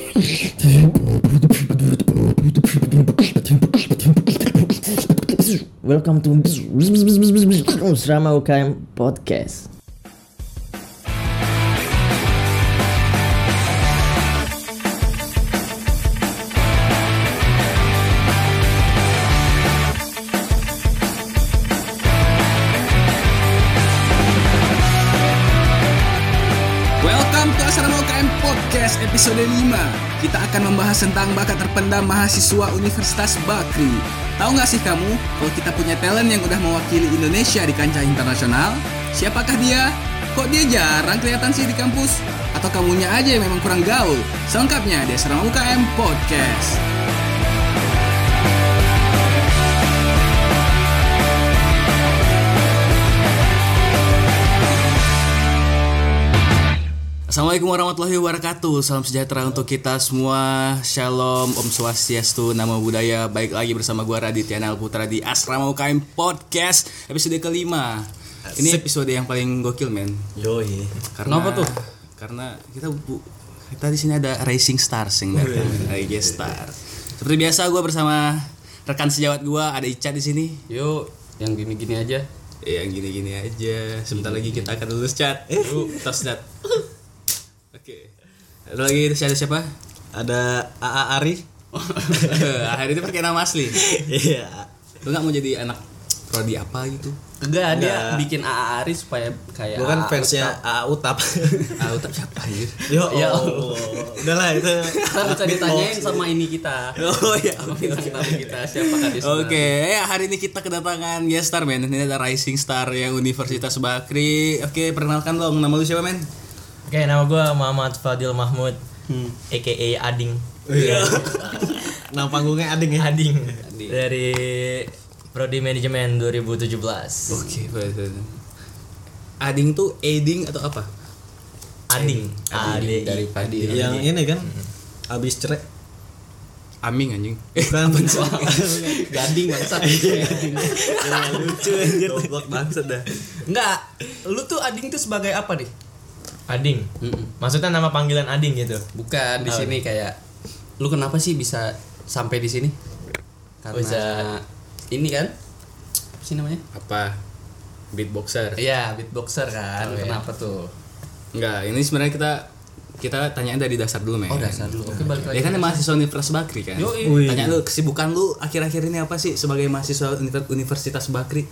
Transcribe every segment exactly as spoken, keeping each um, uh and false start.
Welcome to Asrama U K M Podcast. Welcome to Asrama U K M Podcast episode lima. Kita akan membahas tentang bakat terpendam mahasiswa Universitas Bakri. Tahu gak sih kamu, kalau kita punya talent yang udah mewakili Indonesia di kancah internasional? Siapakah dia? Kok dia jarang kelihatan sih di kampus? Atau kamunya aja yang memang kurang gaul? Selengkapnya di Asrama U K M Podcast. Assalamualaikum warahmatullahi wabarakatuh. Salam sejahtera untuk kita semua. Shalom, Om Swastiastu, Namo Buddhaya. Baik lagi bersama gue Raditya Nal Putra di Asrama U K M Podcast episode kelima. Ini episode yang paling gokil, men. Yoi. Karena kenapa tuh? Karena kita bu, kita di sini ada Rising Stars yang datang, Rising Star. Seperti biasa gue bersama rekan sejawat gue, ada Ica di sini. Yuk, yang gini-gini aja. Eh, yang gini-gini aja. Sebentar lagi kita akan lulus, Chat. Yuk, tos dat. Oke. Ada lagi ada siapa? Ada A A Ari. Hari ini pakai nama asli. Iya. Lu enggak mau jadi anak prodi apa gitu? Enggak, dia bikin A A Ari supaya kayak Bukan fansnya A A Utap. A A Utap siapa anjir? Yo, Ya oh. Udahlah itu. Kita bisa ditanyain sama ini kita. Oh iya. Kita kita siapa kan dia. Oke, ya hari ini kita kedatangan guest star, men. Ini ada Rising Star yang Universitas Bakri. Oke, perkenalkan dong, nama lu siapa, men? Oke, nama gue Muhammad Fadil Mahmud, Hmm. A K A Ading. Iya. Nama panggungnya Ading ya. Ading. Ading. Dari Prodi Manajemen dua ribu tujuh belas. Oke, betul. Ading tuh Ading atau apa? Ading. Ading dari Fadil. Yang ini kan abis cerai. Aming anjing. Bukan. Gading bangsat. Lucu anjir. Goblok bangsat dah. Enggak, lu tuh Ading tuh sebagai apa nih? Ading. Maksudnya nama panggilan Ading gitu. Bukan di sini kayak lu kenapa sih bisa sampai di sini? Karena Bisa. ini kan apa sih namanya? Apa? Beatboxer. Iya, beatboxer kan. Oh, iya. Kenapa tuh? Enggak, ini sebenarnya kita kita tanyaan dari dasar dulu, men. Oh, dasar dulu. Oke, balik lagi. Ya kan mahasiswa Universitas Bakri kan. Yoi. Tanya lu kesibukan lu akhir-akhir ini apa sih sebagai mahasiswa Universitas Bakri?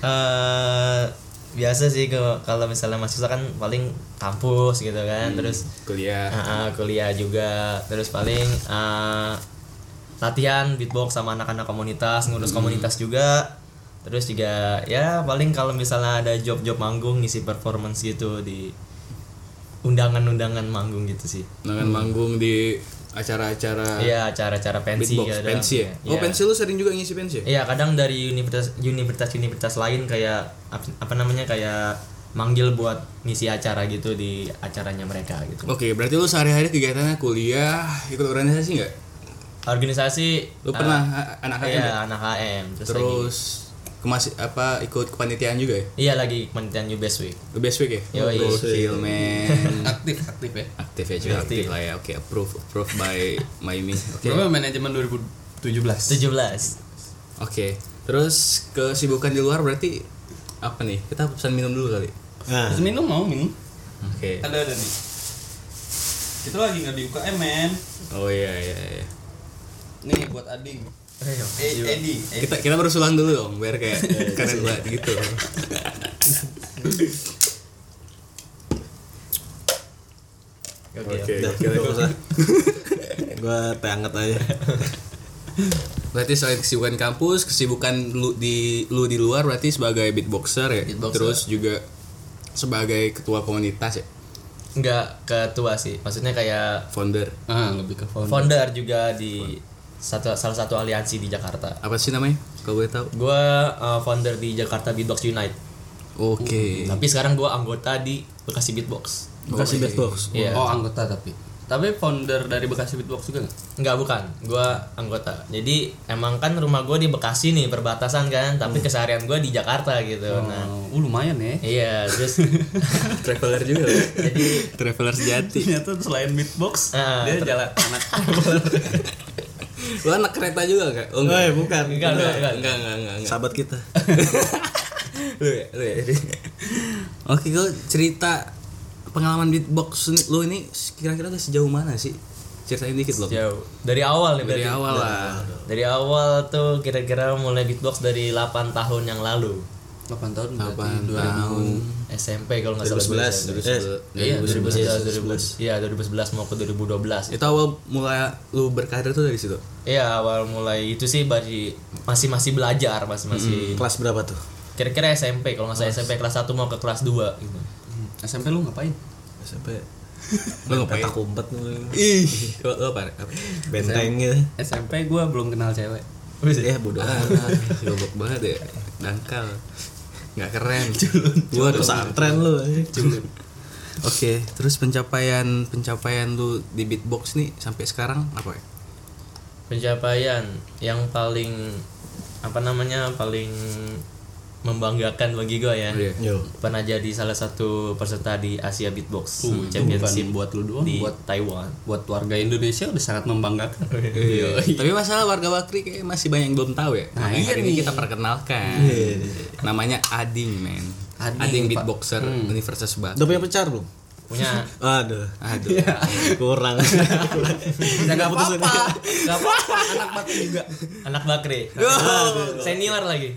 Eh biasa sih ke- kalau misalnya mahasiswa kan paling kampus gitu kan, terus Kuliah. uh, uh, kuliah juga, terus paling uh, latihan beatbox sama anak-anak komunitas, ngurus komunitas juga. Terus juga ya paling kalau misalnya ada job-job manggung ngisi performance gitu di undangan-undangan manggung gitu sih. Dengan manggung di acara-acara Iya, acara-acara pensi beatbox, kadang. pensi ya? Oh, Iya. pensi lu sering juga ngisi pensi ya? Iya, kadang dari universitas universitas-universitas lain kayak apa, apa namanya kayak manggil buat ngisi acara gitu di acaranya mereka gitu. Oke, berarti lu sehari-hari kegiatannya kuliah, ikut organisasi enggak? Organisasi Lu uh, pernah a- anak H M? iya, ya? anak H M terus, Terus kemasi apa ikut kepanitiaan juga ya? lagi, iya lagi kementerian New Best Week. Lu best week ya? Yoi. Gokil, men. Aktif, aktif ya. Aktif ya, juga aktif lah ya. Oke, approve, approve by Maimi. Oke. Berapa manajemen dua ribu tujuh belas? tujuh belas. Oke. Terus kesibukan di luar berarti apa nih? Kita pesan minum dulu kali. Nah, Terus minum mau minum? Oke. Ada ada nih. Kita lagi nggak di U K M, men. Oh iya iya iya. Nih buat Ading. Eh, Edi. Kita kita berusulan dulu dong biar kayak keren banget gitu. Oke. Oke. udah, oke, nggak oke. usah. Gua teh hangat aja. Berarti selain kesibukan kampus, kesibukan lu di lu di luar berarti sebagai beatboxer ya. Beatboxer. Terus juga sebagai ketua komunitas ya, Enggak ketua sih. Maksudnya kayak founder. Ah, lebih ke founder. founder juga di satu salah satu aliansi di Jakarta. Apa sih namanya? Kalau boleh tahu. Gua uh, founder di Jakarta Beatbox Unite. Oke. Tapi sekarang gua anggota di Bekasi Beatbox. Bekasi Oke. Beatbox. Iya. Oh, anggota tapi. Tapi founder dari Bekasi Beatbox juga nggak? Enggak, bukan. Gua anggota. Jadi emang kan rumah gua di Bekasi nih, perbatasan kan, tapi keseharian gua di Jakarta gitu. Oh, Nah, uh, lumayan ya. iya, terus Traveler juga. jadi Traveler sejati. Ternyata selain beatbox, Ah, dia ter- jalan anak. Lu anak kereta juga enggak? Oh, Oh, enggak. ya, bukan. Enggak, enggak, enggak. Enggak, enggak, enggak, enggak. Sahabat kita. Lu ya, lu ya. Oke, kalau cerita pengalaman beatbox lu ini kira-kira udah sejauh mana sih? Ceritain dikit loh. jauh. Dari awal nih Dari berarti. awal lah. Dari awal tuh kira-kira mulai beatbox dari delapan tahun yang lalu. delapan tahun delapan berarti dua ribu tahun. S M P kalau nggak salah. dua ribu sebelas. dua ribu Eh, sebelas. Iya, dua ribu sebelas, dua ribu. Iya, dua ribu sebelas mau ke dua ribu dua belas. Itu awal mulai lu berkarir tuh dari situ. Iya, awal mulai itu sih masih masih masih belajar, masih masih Kelas berapa tuh? kira-kira S M P kalau nggak salah S M P kelas satu mau ke kelas dua gitu. S M P lu ngapain? S M P. Lu ngapain? Petak umpet nih. Ih, lu, lu apa? apa? Benteng gitu. S M P gua belum kenal cewek. Ya bodoh. Ah, goblok banget ya. Dangkal. Enggak keren. Gua tuh Pesantren lu. Oke, terus pencapaian pencapaian lu di beatbox nih sampai sekarang apa ya? Pencapaian yang paling apa namanya paling membanggakan bagi gue ya. Iya. Yo. Pernah jadi salah satu peserta di Asia Beatbox Uh, itu Championship bukan buat lu doang, di buat Taiwan. buat warga Indonesia udah sangat membanggakan. Iya. Tapi masalah warga Bakri kayak masih banyak yang belum tahu ya. Nah, Makanya iya hari ini nih. kita perkenalkan. Namanya Ading, men. Ading, Ading, Pak. beatboxer Universitas Bakri. Udah punya pacar belum? Punya Aduh. Aduh. Kurang. Ya enggak apa-apa. Enggak apa-apa, anak Bakri juga. anak Bakri. Senior lagi.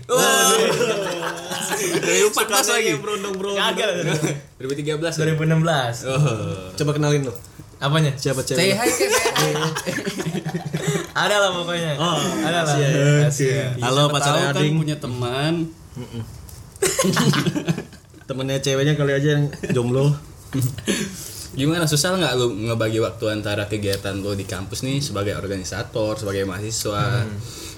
dua ribu empat belas lagi. Berondong-berondong. Kagak. dua ribu tiga belas. dua ribu enam belas. Oh. Coba kenalin lu. Apanya? Siapa Say cewek? hi ke saya. Ada lah pokoknya. Oh, ada lah. Asia ya, Asia. Halo Siapa pacarnya tahu kan Ading. punya teman. Temennya ceweknya kali aja yang jomblo. Gimana, susah nggak lu ngebagi waktu antara kegiatan lu di kampus nih sebagai organisator, sebagai mahasiswa,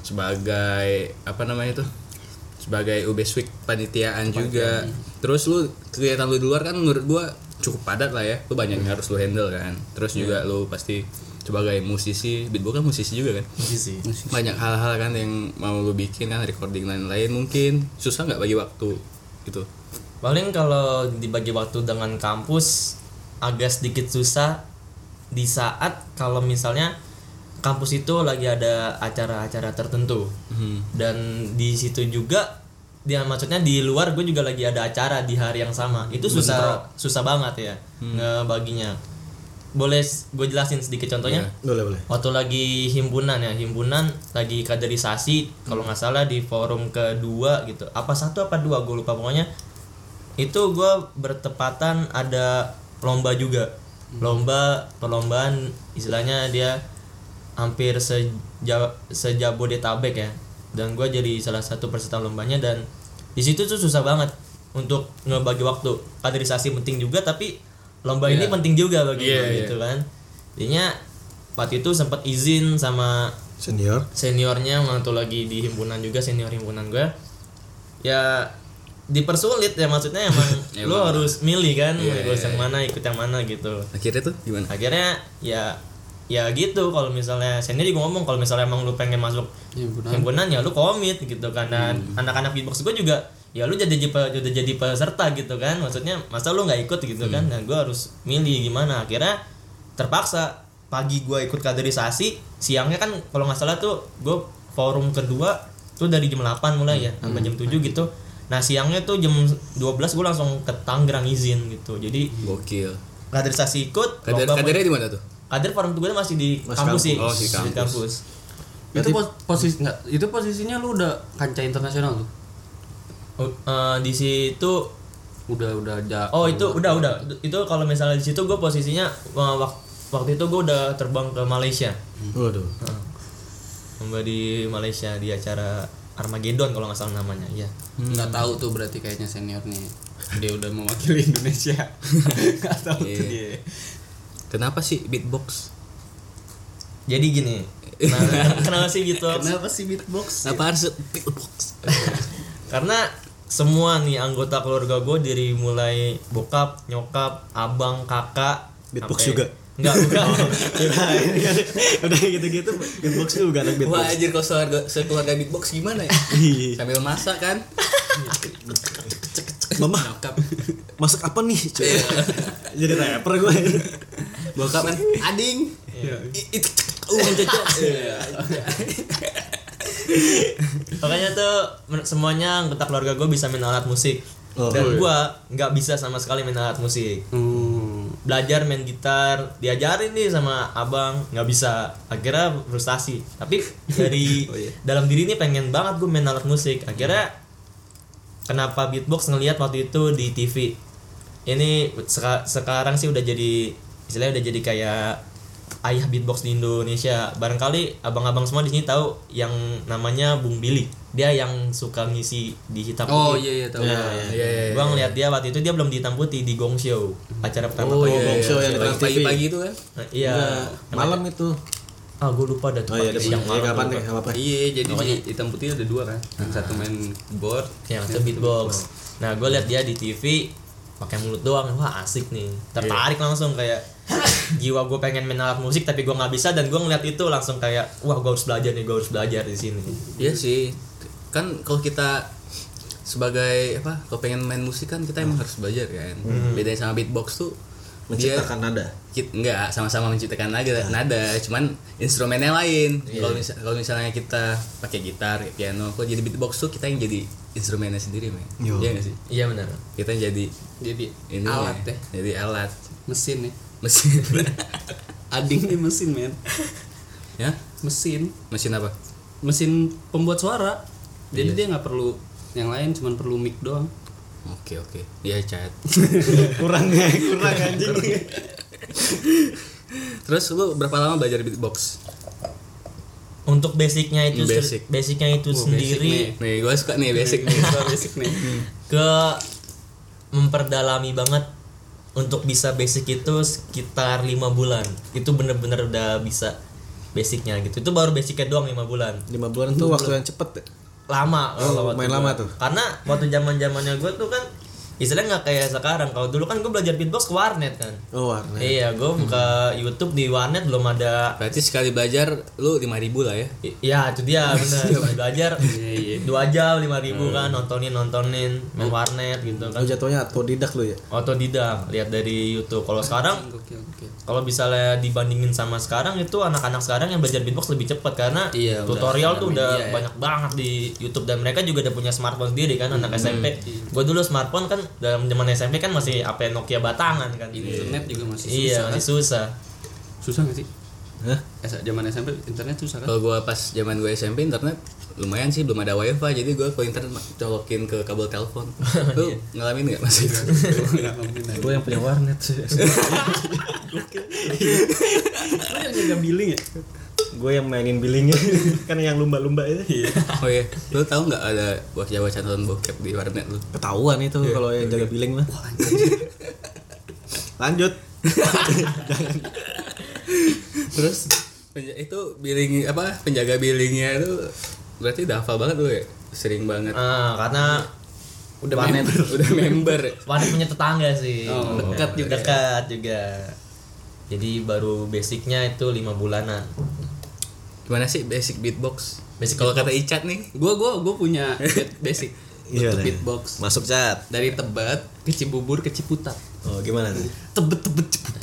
sebagai apa namanya tuh, sebagai U B S Week panitiaan juga. Terus lu kegiatan lu di luar kan menurut gua cukup padat lah ya, lu banyak yang harus lu handle kan. Terus juga lu pasti sebagai musisi, beatbox kan musisi juga kan. Musisi. Banyak hal-hal kan yang mau lu bikin kan, recording lain-lain, mungkin susah nggak bagi waktu gitu. Paling kalau dibagi waktu dengan kampus agak sedikit susah di saat kalau misalnya kampus itu lagi ada acara-acara tertentu. Hmm. Dan di situ juga dia maksudnya di luar gue juga lagi ada acara di hari yang sama. Itu susah susah banget ya ngebaginya. Boleh gue jelasin sedikit contohnya? Boleh, boleh. Waktu lagi himpunan ya, himpunan lagi kaderisasi kalau nggak salah di forum kedua gitu. Apa satu apa dua gue lupa pokoknya. Itu gue bertepatan ada lomba juga. Lomba perlombaan istilahnya dia hampir seja, sejabodetabek ya. Dan gue jadi salah satu peserta lombanya dan di situ tuh susah banget untuk ngebagi waktu. Kaderisasi penting juga tapi lomba ini Yeah. penting juga bagi Yeah, gue yeah. gitu kan. Jadinya waktu itu sempat izin sama Senior. seniornya waktu lagi di himpunan juga, senior himpunan gue. Ya dipersulit ya, maksudnya emang lu Emang. harus milih kan, Yeah, harus yeah, yang mana ikut yang mana gitu. Akhirnya tuh gimana? Akhirnya ya ya gitu, kalau misalnya senior juga ngomong kalau misalnya emang lu pengen masuk Himpunan. himpunan ya lu komit gitu kan. Dan anak-anak beatbox gue juga ya lu jadi jadi pe- jadi jadi peserta gitu kan, maksudnya masa lu nggak ikut gitu kan. Nah gue harus milih gimana. Akhirnya terpaksa pagi gue ikut kaderisasi, siangnya kan kalau nggak salah tuh gue forum kedua tuh dari jam delapan mulai ya sampai jam tujuh gitu. Nah siangnya tuh jam dua belas gue langsung ke Tangerang izin gitu. Jadi Gokil. kaderisasi ikut, Kader lomba- kadernya di mana tuh? kader forum kedua masih di Masih kampus kampus. sih. Oh, di Di kampus. kampus. Itu pos- posisi enggak, itu posisinya lu udah kancah internasional tuh. Oh, eh, di situ Udah udah ada. oh itu udah udah itu kalau misalnya di situ gue posisinya eh, wak- waktu itu gue udah terbang ke Malaysia. Waduh. Lomba di Malaysia di acara Armageddon kalau nggak salah namanya. Iya. Nggak tahu tuh berarti kayaknya seniornya dia udah mewakili Indonesia. Nggak tahu tuh Iya. dia. Kenapa sih beatbox? Jadi gini. Nah, kenapa sih beatbox? Kenapa sih beatbox? Kenapa harus beatbox? Karena semua nih anggota keluarga gue dari mulai bokap, nyokap, abang, kakak, Beatbox sampai juga? Enggak, bukan. Udah gitu-gitu beatbox juga anak beatbox. Wah anjir kalau keluarga, keluarga beatbox gimana ya? Sambil masak kan. Mama, masak apa nih? Coba. Jadi rapper gue. Bokap kan ading. Itu uh cocok. Makanya tuh men- semuanya anggota keluarga gue bisa main alat musik. Oh, Dan iya. gue nggak bisa sama sekali main alat musik. Hmm. Belajar main gitar, diajarin nih sama abang, nggak bisa. Akhirnya frustasi. Tapi dari Oh, iya. dalam diri ini pengen banget gue main alat musik. Akhirnya kenapa beatbox ngelihat waktu itu di T V. Ini seka- sekarang sih udah jadi istilahnya udah jadi kayak ayah beatbox di Indonesia. Barangkali abang-abang semua di sini tahu yang namanya Bung Billy. Dia yang suka ngisi di hitam Oh putih. iya iya tahu. Iya, Iya iya. iya. Gua ngeliat dia waktu itu dia belum di hitam putih di Gong Show. Acara pertama Oh kali. iya. Gong Show iya. yang di Trans T V. Pagi-pagi itu kan. Nah, iya. Enggak, malam itu. Ah, gue lupa dah tuh. Oh iya, pagi, ada siang ya, malam kapan gua deh, lupa. apa apa. Iya, jadi Pokoknya. di hitam putih ada dua kan. Yang satu main keyboard, Yang itu beatbox. Nah, gue liat dia di T V pakai mulut doang. Wah, asik nih. Tertarik langsung kayak jiwa gue pengen main alat musik tapi gue nggak bisa, dan gue ngeliat itu langsung kayak wah, gue harus belajar nih, gue harus belajar di sini. Iya sih. Kan kalau kita sebagai apa? Kalau pengen main musik kan kita emang harus belajar kan. Bedanya sama beatbox tuh Menciptakan nada. Kit, enggak sama-sama menciptakan nada, nada, cuman instrumennya lain. Kalau misal, kalau misalnya kita pakai gitar, piano, kok jadi beatbox tuh kita yang jadi instrumennya sendiri, men. Yo. Iya enggak sih? Iya benar. Kita yang jadi Jadi ini alat ya, deh, jadi alat mesin ya. mesin. Ading nih mesin men. Ya? Mesin, Mesin apa? mesin pembuat suara. Jadi Iya. dia nggak perlu yang lain, cuman perlu mic doang. Oke, oke. Iya, chat. Kurang ya, kurang anjing. Terus lu berapa lama belajar beatbox? Untuk basicnya itu Basic. basicnya itu Oh, sendiri basic Nih, gue suka nih basic nih. Suara basic nih. ke memperdalami banget. Untuk bisa basic itu sekitar lima bulan. Itu bener-bener udah bisa basicnya gitu. Itu baru basicnya doang lima bulan. lima bulan tuh waktu yang cepet ya? Lama Oh, kalau waktu main gua. lama tuh. Karena waktu zaman-zamannya gue tuh kan istilahnya nggak kayak sekarang. Kalau dulu kan gue belajar beatbox ke warnet kan. Oh, warna. Iya, gue buka YouTube di warnet belum ada. Berarti sekali belajar lu lima ribu lah ya. I- Iya, itu dia bener. Belajar dua jam lima ribu kan, nontonin nontonin main warnet gitu kan. Lu jatuhnya otodidak lu ya? Otodidak, lihat dari YouTube. Kalau sekarang Oke oke. kalau misalnya dibandingin sama sekarang itu anak-anak sekarang yang belajar beatbox lebih cepat karena Iya, udah tutorial ada tuh udah media ya. banyak banget di YouTube, dan mereka juga udah punya smartphone sendiri kan, anak S M P. Gue dulu smartphone kan dalam zaman S M P kan masih H P Nokia batangan kan. Internet juga masih susah. Iya, kan? masih susah. Susah nggak sih? Hah? Eh, zaman S M P internet susah kan? Kalau gue pas zaman gue S M P internet lumayan sih, belum ada wifi, jadi gue kalau internet colokin ke kabel telepon. Lu ngalamin nggak mas itu? Gue yang punya warnet sih. Lu yang jaga billing ya? Gue yang mainin billingnya. Kan yang lumba-lumba itu. Oh iya, lu tahu nggak ada bocah-bocah nonton bokep di warnet lu? Ketahuan itu kalau yang jaga billing mah. Lanjut. Terus penja- itu billing apa penjaga billingnya itu berarti udah hafal banget lu ya, sering banget. Ah, karena Udah warnet member. Udah member. warnet punya tetangga sih. Oh, dekat juga. Dekat juga. Jadi baru basicnya itu lima bulanan. Gimana sih basic beatbox? Basic Kalau kata Icat nih, Gua gua gua punya basic Iya, untuk nih. beatbox. Masuk chat. Dari Tebet ke Cibubur ke Ciputat. Oh, gimana tuh? Tebet tebet cepet.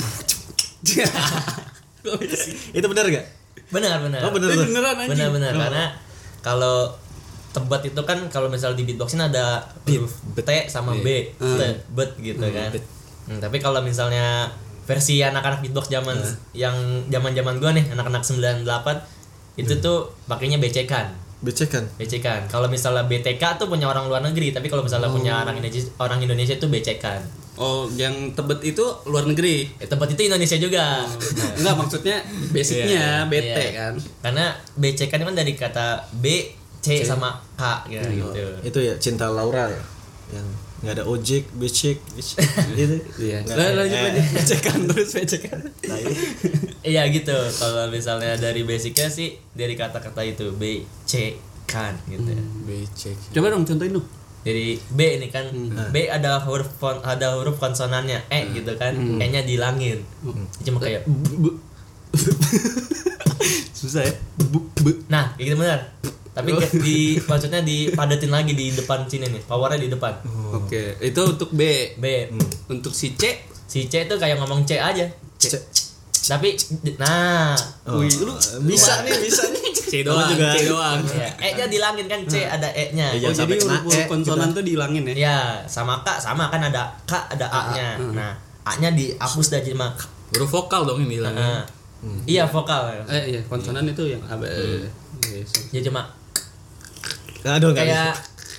Itu benar gak? Benar, benar. Oh, bener tuh. Beneran anjing. Benar, benar. Karena kalau tebet itu kan kalau misal di beatboxin ada huruf T sama B, tebet gitu kan. Hmm, tapi kalau misalnya versi anak-anak beatbox zaman yang zaman-zaman gua nih, anak-anak sembilan puluh delapan itu tuh pakainya becekan. Becekan. Becekan. Kalau misalnya B T K tuh punya orang luar negeri, tapi kalau misalnya punya orang Indonesia orang Indonesia tuh becekan. Oh, yang Tebet itu luar negeri. Eh, tempat itu Indonesia juga. Enggak, maksudnya basicnya B T Iya. kan. Karena becekan itu kan dari kata B, C, sama K ya, gitu. Itu ya Cinta Laura ya. Yang nggak ada ojek, becek, becek. Gitu. Iya. Nggak- Lah, lanjut eh, lanjut. Becekan terus becekan. Nah, ini. Iya gitu. Kalau misalnya dari basicnya sih dari kata-kata itu B, C, kan gitu. ya. becek. Coba dong contohin lu. dari B nih kan. B ada huruf kon- ada huruf konsonannya E gitu kan. E-nya dihilangin. Cuma kayak Susah ya. nah, kayak gitu benar. Tapi kayak di maksudnya dipadatin lagi di depan sini nih. Powernya di depan. Oke, itu untuk B. B. Untuk si C, Si C itu kayak ngomong C aja. C. Tapi nah, Oh, bisa nih, bisa nih. C doang, juga. C doang. ya, E-nya dihilangin kan, C ada E-nya. Iya. Oh, Jangan jadi sampai kena huruf-huruf E, konsonan gitu. tuh dihilangin ya. Ya, sama K sama kan ada K ada A-nya. Nah, A-nya dihapus dah jadi mak. Huruf vokal dong ini hilangin. Nah, iya vokal. Eh iya, konsonan itu yang apa? Jadi cuma Aduh, enggak kayak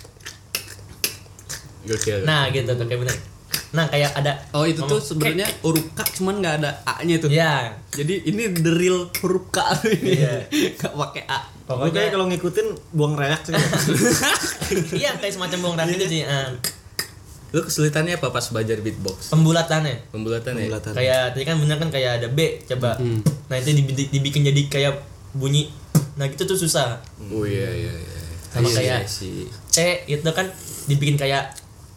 Gokil. nah gitu tuh kayak bener. Nah, kayak ada Oh itu tuh ngomong sebenarnya huruf K cuman nggak ada A-nya tuh. ya. Jadi ini the real huruf K ini. Iya. Nggak pakai A. Lu kayak Pokoknya kalau ngikutin buang reak sih. iya kayak semacam bong rak gitu sih. Ah, Lu kesulitannya apa pas belajar beatbox? pembulatannya. Pembulatan ya? Pembulatan. Kayak tadi kan bener kan kayak ada B coba. Nah, itu dibi- dibikin jadi kayak bunyi. Nah, gitu tuh susah. Oh iya iya iya. Sama Iya, kayak iya sih. C itu kan dibikin kayak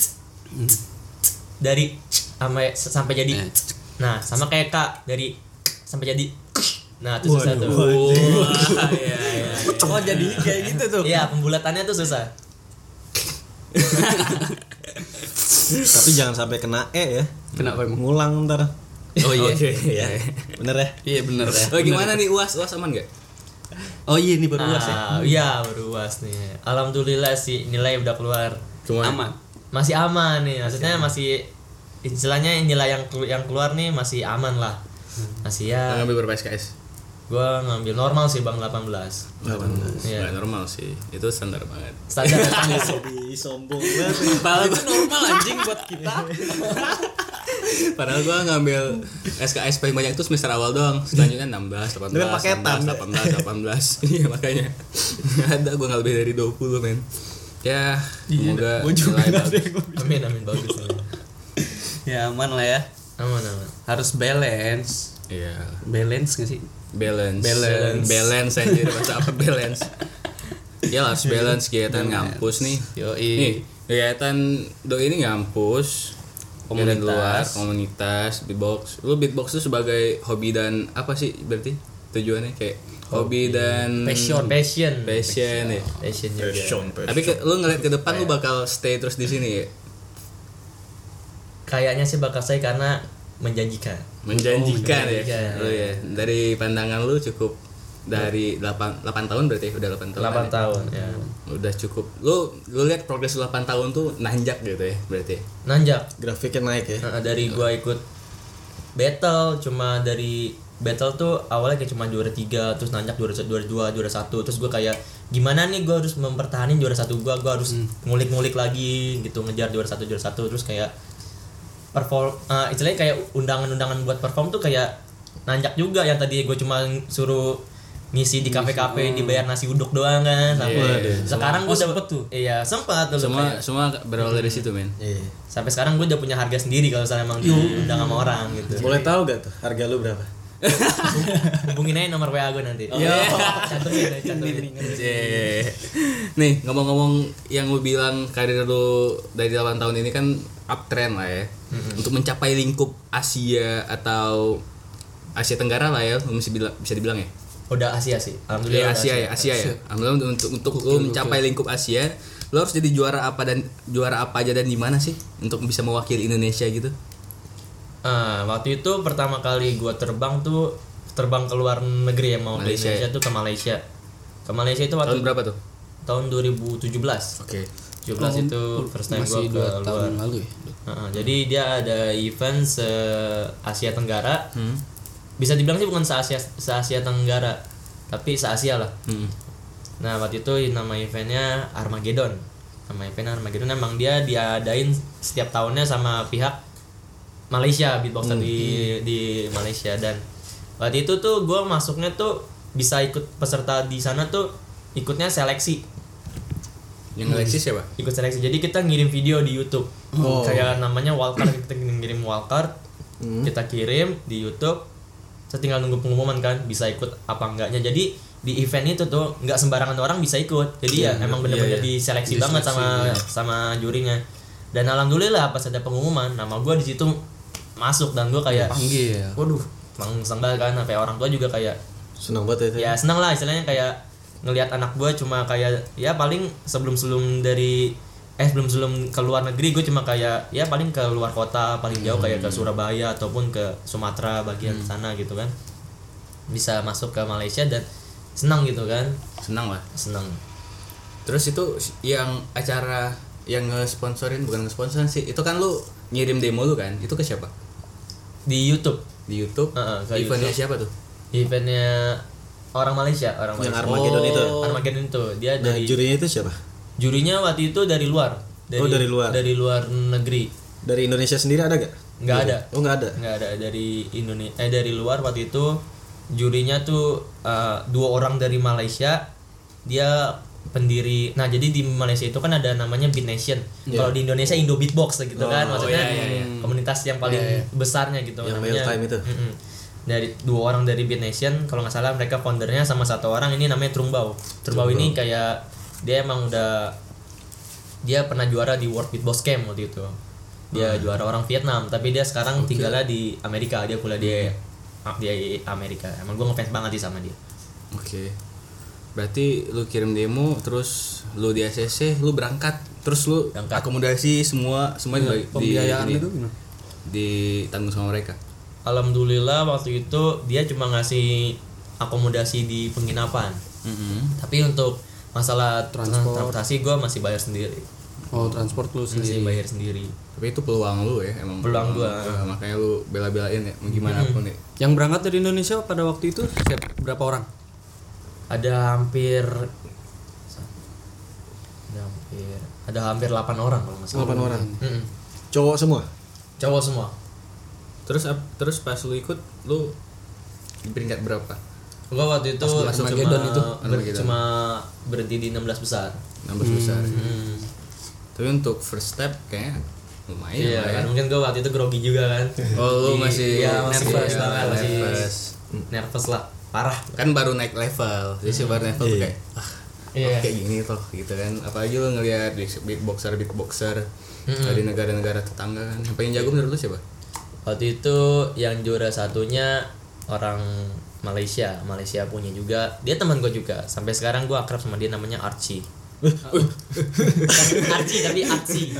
dari sampai sampai jadi. Eh. Nah, sama kayak K dari sampai jadi. Nah, itu susah tuh. Wah, iya iya. Oh, jadi kayak gitu tuh. Iya, pembulatannya tuh susah. Tapi jangan sampai kena E ya. Kenapa emang? Ngulang ntar. Oh iya. Oke, ya. Bener ya? Iya bener ya. Oh gimana nih U A S? U A S aman nggak? Oh iya ini baru U A S ya. Ah, iya, baru U A S nih. Alhamdulillah sih nilai udah keluar. Cuma aman. Masih aman nih. Maksudnya masih istilahnya nilai yang kelu- yang keluar nih masih aman lah. Masih ya. Ngambil berapa S K S? Gua ngambil normal sih Bang delapan belas. delapan belas. Iya. Nggak normal sih. Itu standar banget. Standar standar. Jadi sombong banget nih. Padahal itu normal anjing buat kita. Padahal gua ngambil S K S paling banyak itu semester awal doang. Selanjutnya enam belas, delapan belas, Dengan paketan, delapan belas, delapan belas. Iya makanya. Ada gua nggak lebih dari dua puluh men. Ya, semoga Gua juga nilai ada bagus. yang gua Amin amin bagus. Amin. Ya aman lah ya. Aman aman. Harus balance. Iya. Balance nggak sih? Balance. Balance. Balance anjir bahasa apa balance? Ya harus balance kegiatan ngampus nih. Yoi. Nih, kegiatan doi ini ngampus. Kegiatan Komunitas. luar, komunitas, beatbox. Lu beatbox tuh sebagai hobi dan apa sih berarti tujuannya kayak hobi dan Passion, passion. passion ya. Passion juga. Tapi ke, lu ngeliat ke depan lu bakal stay terus di sini ya. Kayaknya sih bakal saya karena menjanjikan. Menjanjikan Oh, ya. menjanjikan. Lu ya. Dari pandangan lu cukup dari delapan tahun berarti udah delapan tahun. delapan ya? tahun ya. Udah cukup. Lu lu lihat progres lu delapan tahun tuh nanjak gitu ya berarti. Nanjak. grafiknya naik ya. Nah, dari gua ikut battle cuma dari battle tuh awalnya kayak cuma juara tiga terus nanjak juara juara dua juara satu terus gua kayak gimana nih gua harus mempertahankan juara satu gua gua harus ngulik-ngulik lagi gitu ngejar juara satu juara satu terus kayak perform uh, istilahnya kayak undangan-undangan buat perform tuh kayak nanjak juga yang tadi gua cuma suruh ngisi di kafe-kafe dibayar nasi uduk doang kan sampai Iya, sekarang gua Oh, udah sempet tuh. iya sempat tuh Semua kayak- semua berawal dari situ men. Iya. sampai sekarang gue udah punya harga sendiri kalau misalnya emang diundang sama orang gitu. Boleh tahu gak tuh harga lu berapa? Hubungin aja nomor W A gue nanti. Iya. Cantumin deh, cantumin. Cie. Nih ngomong-ngomong yang lu bilang karir lu dari delapan tahun ini kan uptrend lah ya. Untuk mencapai lingkup Asia atau Asia Tenggara lah ya, lu mesti bilang bisa dibilang ya. Udah Asia sih. Ya, Alhamdulillah. udah Asia ya, Asia ya. Alhamdulillah untuk untuk lu mencapai lingkup Asia, lu harus jadi juara apa dan juara apa aja dan di mana sih untuk bisa mewakili Indonesia gitu? Ah, waktu itu pertama kali gue terbang tuh terbang ke luar negeri ya mau ke Malaysia Indonesia ya? tuh ke Malaysia. Ke Malaysia itu waktu Tahun berapa tuh? tahun dua ribu tujuh belas. Oke. tujuh belas itu first time gue ke luar. lalu ya. Heeh, jadi dia ada event se Asia Tenggara. Hmm. Bisa dibilang sih bukan se Asia se Asia Tenggara, tapi se Asia lah. Hmm. Nah waktu itu nama eventnya Armageddon. Nama eventnya Armageddon emang dia diadain setiap tahunnya sama pihak Malaysia, beatboxer Hmm. di di Malaysia. Dan waktu itu tuh gue masuknya tuh bisa ikut peserta di sana tuh ikutnya seleksi. Yang ngeleksi siapa? Ikut seleksi. Jadi kita ngirim video di YouTube. Oh. Kayak namanya wildcard, kita ngirim wildcard, kita kirim di YouTube. Saya tinggal nunggu pengumuman kan bisa ikut apa enggaknya. Jadi di event itu tuh nggak sembarangan orang bisa ikut. Jadi Iya, ya emang iya, bener-bener iya. diseleksi banget sama sama jurinya. Dan alhamdulillah pas ada pengumuman nama gue di situ masuk dan gue kayak Panggil. waduh langsung banget kan, sampai orang tua juga kayak Senang banget itu. ya seneng lah istilahnya, kayak ngelihat anak gue cuma kayak ya paling sebelum sebelum dari eh sebelum sebelum ke luar negeri gue cuma kayak ya paling ke luar kota paling jauh kayak ke Surabaya ataupun ke Sumatera bagian sana gitu kan, bisa masuk ke Malaysia dan senang gitu kan, Senang lah. senang. Terus itu yang acara yang nge-sponsorin, bukan nge-sponsorin sih, itu kan lu ngirim demo lu kan, itu ke siapa? Di YouTube Di YouTube. Heeh, ke Eventnya YouTube. siapa tuh? eventnya orang Malaysia, orang Yang Malaysia. Armageddon itu. Armageddon itu dia Nah, dari jurinya itu siapa? jurinya waktu itu dari luar, Oh, dari luar. dari luar negeri. Dari Indonesia sendiri ada gak? Nggak ada. Oh, nggak ada. Nggak ada dari Indonesia, eh dari luar waktu itu jurinya tuh uh, dua orang dari Malaysia, dia pendiri. Nah jadi di Malaysia itu kan ada namanya Beat Nation. Yeah. Kalau di Indonesia Indo Beatbox gitu kan, Oh, maksudnya iya, iya, iya. komunitas yang paling Iya, iya. besarnya gitu. Yang namanya. Mail Time itu. Mm-mm. Dari dua orang dari Beat Nation, kalau nggak salah mereka foundernya sama satu orang ini namanya Trumbau. Trumbau ini kayak dia emang udah dia pernah juara di World Beatbox Camp waktu itu. Dia Hmm. juara orang Vietnam, tapi dia sekarang tinggalnya di Amerika. Dia kuliah di Hmm. di Amerika. Emang gue ngefans banget sih sama dia. Oke. Berarti lu kirim demo, terus lu di A C C, lu berangkat, terus lu Berangkat. akomodasi semua semua di, Pembiayaan di, itu gimana? ditanggung sama mereka. Alhamdulillah waktu itu dia cuma ngasih akomodasi di penginapan. Mm-hmm. Tapi untuk masalah Transport. transportasi gue masih bayar sendiri. Oh, transport lu Masih sendiri. bayar sendiri. Tapi itu peluang lu ya, emang Peluang gua. Eh, makanya lu bela-belain ya, mau gimana pun ya. Yang berangkat dari Indonesia pada waktu itu siapa? Berapa orang? Ada hampir ada hampir ada hampir delapan orang kalau nggak salah. delapan orang. Mm-mm. Cowok semua. Cowok semua. Terus ap- terus pas lu ikut, lu di peringkat berapa? Gua waktu itu Pas masuk cuma Armageddon itu, ber- Armageddon. cuma berhenti di enam belas besar. enam belas besar. Hmm. Tapi untuk first step kayaknya lumayan Iya, lah ya. kan mungkin gua waktu itu grogi juga kan. Oh, lu Di- masih iya, masih nervous banget, banget, masih nervous. nervous lah, parah. Kan baru naik level. Jadi sih baru level tuh Iya. kayak ah, Iya. oh, kayak gini toh gitu kan. Apalagi lu ngelihat beatboxer beatboxer dari negara-negara tetangga kan. Yang paling jago menurut lu siapa? Waktu itu yang juara satunya orang Malaysia, Malaysia punya juga. Dia teman gue juga. Sampai sekarang gue akrab sama dia, namanya Archie. Archie tapi Archie.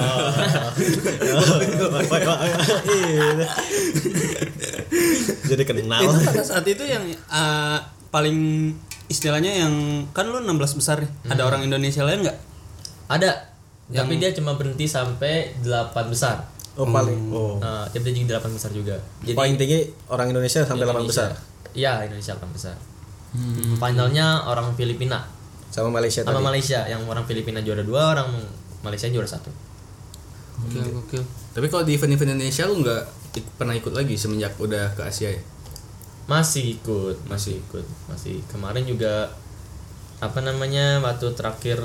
Jadi kenal. Itu pada saat itu yang uh, paling istilahnya yang kan lu enam belas besar nih. Ada orang Indonesia lain nggak? Ada. Tapi dia cuma berhenti sampai delapan besar. Oh, paling. Oh. Nah, dia berhenti di delapan besar juga. Jadi Paling tinggi orang Indonesia sampai delapan Indonesia. besar. Iya, Indonesia delapan besar. Finalnya orang Filipina Sama Malaysia sama tadi. Malaysia. Yang orang Filipina juara dua, orang Malaysia juara satu. Oke, oke. Tapi kalau di event-event Indonesia lu nggak ik- pernah ikut lagi semenjak udah ke Asia ya? Masih ikut, masih ikut, masih kemarin juga apa namanya waktu terakhir.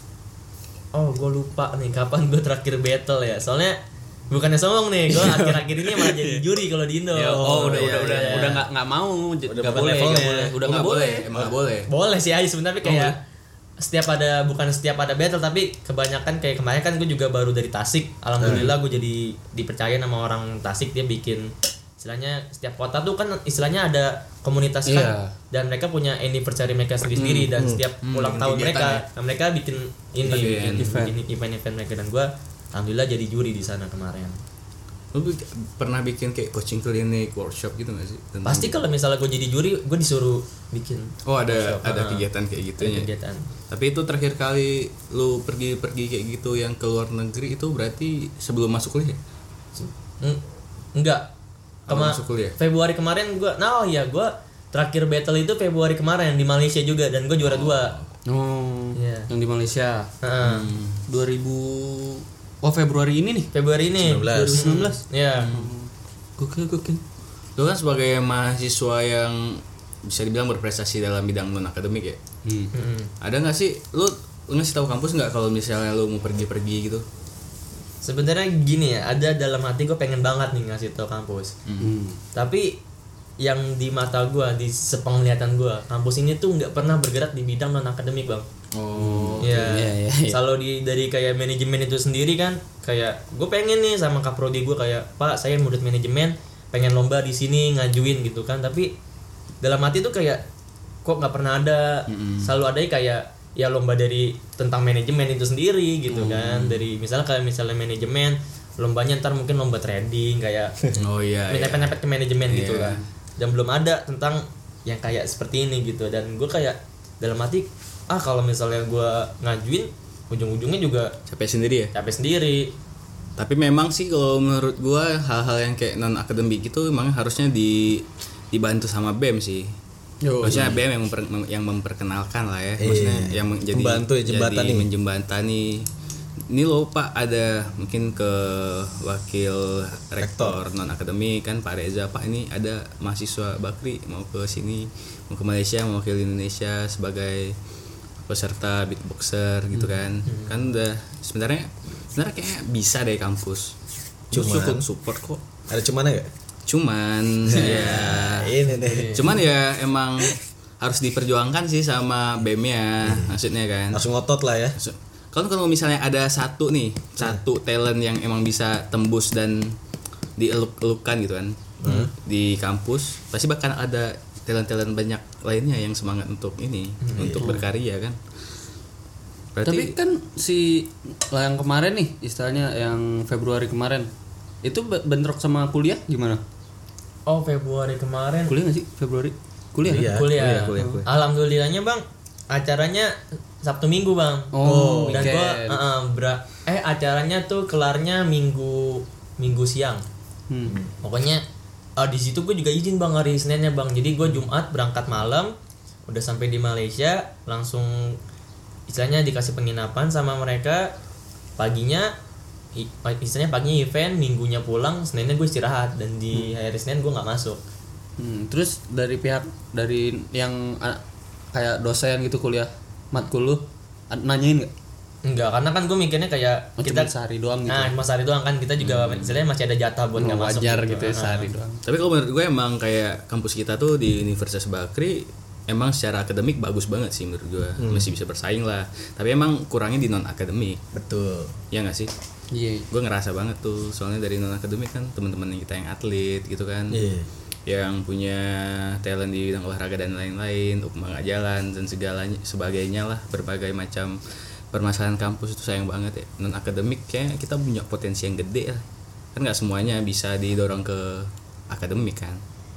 Oh, gue lupa nih kapan gue terakhir battle ya. Soalnya bukannya sombong nih, gue akhir-akhir ini malah jadi juri kalau di Indo. Oh, udah iya, udah udah iya. udah nggak nggak mau, j- Udah nggak bukan boleh, levelnya. nggak boleh, udah Oh, nggak boleh. emang nggak boleh. Boleh sih aja sebenarnya kayak setiap ada bukan setiap ada battle tapi kebanyakan kayak kemarin kan gue juga baru dari Tasik. Alhamdulillah gue jadi dipercaya sama orang Tasik, dia bikin istilahnya setiap kota tuh kan istilahnya ada komunitas Iya. kan dan mereka punya anniversary mereka sendiri-sendiri dan setiap ulang tahun kegiatan mereka ya. nah, mereka bikin ini Event. bikin Event. bikin event-event mereka dan gue alhamdulillah jadi juri di sana kemarin. Lu bik- pernah bikin kayak coaching klinik, workshop gitu nggak sih? Tentang- Pasti kalau misalnya gue jadi juri gue disuruh bikin Oh, ada workshop, ada ah, kegiatan kayak gitunya. kegiatan. Tapi itu terakhir kali lu pergi-pergi kayak gitu yang ke luar negeri itu berarti sebelum masuk kuliah? Hmm, enggak. Awal Kema- masuk kuliah? Februari kemarin gua nah oh iya gua terakhir battle itu Februari kemarin di Malaysia juga dan gua juara dua. Oh, Iya. yang di Malaysia. Heeh. dua ribu Oh, Februari ini nih. Februari ini sembilan belas. dua ribu sembilan belas. Iya. Gokil, gokil. Lu kan sebagai mahasiswa yang bisa dibilang berprestasi dalam bidang non akademik ya. Hmm. Mm-mm. Ada nggak sih lu, lu ngasih tahu kampus nggak kalau misalnya lu mau pergi-pergi gitu? Sebenarnya gini ya, ada dalam hati gue pengen banget nih ngasih tau kampus. Hmm. Tapi yang di mata gue, di sepenglihatan gue, kampus ini tuh nggak pernah bergerak di bidang non akademik bang. Oh. Ya, iya, iya, iya. selalu di dari kayak manajemen itu sendiri kan, kayak gue pengen nih sama kaprodi gue kayak Pak saya murid manajemen pengen lomba di sini ngajuin gitu kan, tapi dalam hati tuh kayak kok nggak pernah ada, mm-hmm. selalu ada kayak ya lomba dari tentang manajemen itu sendiri gitu mm. kan, dari misalnya kayak misalnya manajemen lombanya ntar mungkin lomba trading kayak oh iya, nepet-nepet ke manajemen iya. gitu kan, dan belum ada tentang yang kayak seperti ini gitu, dan gue kayak dalam hati ah kalau misalnya gue ngajuin ujung-ujungnya juga capek sendiri ya. capek sendiri. Tapi memang sih kalau menurut gue hal-hal yang kayak non akademik itu memang harusnya di dibantu sama B E M sih. Yo, maksudnya B E M yang, memper, yang memperkenalkan lah ya, maksudnya iya. yang menjadi membantu ya, jembatani. jadi menjembatani. Ini loh Pak, ada mungkin ke wakil rektor non akademik kan Pak Reza, Pak ini ada mahasiswa Bakri mau ke sini, mau ke Malaysia mewakili Indonesia sebagai peserta beatboxer gitu kan. Hmm. Kan udah sebenarnya sebenarnya kayak bisa deh kampus. Cuman cukup support kok. Ada cuman ya? Cuman ya ini deh. Cuman ya emang harus diperjuangkan sih sama B E M-nya, hmm. maksudnya kan. Harus ngotot lah ya. Kalau kalau misalnya ada satu nih, hmm. satu talent yang emang bisa tembus dan dieluk-elukan gitu kan. Hmm. Di kampus, pasti bakal ada talent-talent banyak lainnya yang semangat untuk ini, hmm. untuk berkarya kan. Berarti, tapi kan si yang kemarin nih, istilahnya yang Februari kemarin, itu bentrok sama kuliah gimana? Oh Februari kemarin. Kuliah nggak sih Februari? Kuliah, kuliah. kan? Kuliah. Kuliah, kuliah, kuliah. Alhamdulillahnya bang, acaranya Sabtu Minggu bang. Oh, dan weekend. gua uh, uh, bra- eh acaranya tuh kelarnya Minggu Minggu siang. Hmm. Pokoknya uh, di situ gue juga izin bang hari Seninnya bang. Jadi gue Jumat berangkat malam, udah sampai di Malaysia, langsung istilahnya dikasih penginapan sama mereka. Paginya istilahnya paginya event, minggunya pulang, Seninnya gue istirahat, dan di hmm. hari Senin gue nggak masuk. Hmm, terus dari pihak dari yang uh, kayak dosen gitu kuliah matkul lu nanyain nggak? Enggak, karena kan gue mikirnya kayak oh, kita cuma sehari doang gitu. Nah, cuma sehari doang kan, kita juga hmm. istilahnya masih ada jatah buat nggak masuk. Wajar gitu, gitu ya, sehari doang. Tapi kalau menurut gue emang kayak kampus kita tuh di Universitas Bakri emang secara akademik bagus banget sih menurut gue, hmm. masih bisa bersaing lah. Tapi emang kurangnya di non akademik. Betul. Ya nggak sih? Iya. Yeah. Gue ngerasa banget tuh, soalnya dari non akademik kan teman-teman kita yang atlet gitu kan. Iya. Yeah. Yang punya talent di bidang olahraga dan lain-lain, ukma nggak jalan dan segalanya sebagainya lah, berbagai macam permasalahan kampus itu sayang banget ya. Non akademik kayak kita punya potensi yang gede lah, kan nggak semuanya bisa didorong ke akademik kan.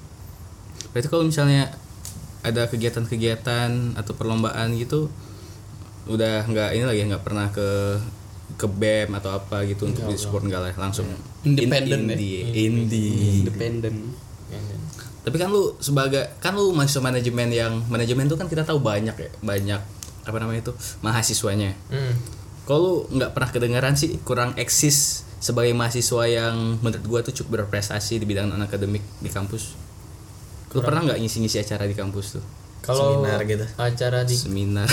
Berarti kalau misalnya ada kegiatan-kegiatan atau perlombaan gitu, udah nggak ini lagi, nggak pernah ke ke B E M atau apa gitu untuk di support, enggak lah, langsung independen indie, indie, independen. Tapi kan lu sebagai kan lu mahasiswa manajemen, yang manajemen tuh kan kita tahu banyak ya, banyak apa namanya itu mahasiswanya. Hmm. Kalau lu nggak pernah kedengaran sih, kurang eksis sebagai mahasiswa yang menurut gua tuh cukup berprestasi di bidang non akademik di kampus. Lu pernah nggak ngisi-ngisi acara di kampus tuh? Kalau seminar gitu. Acara di seminar.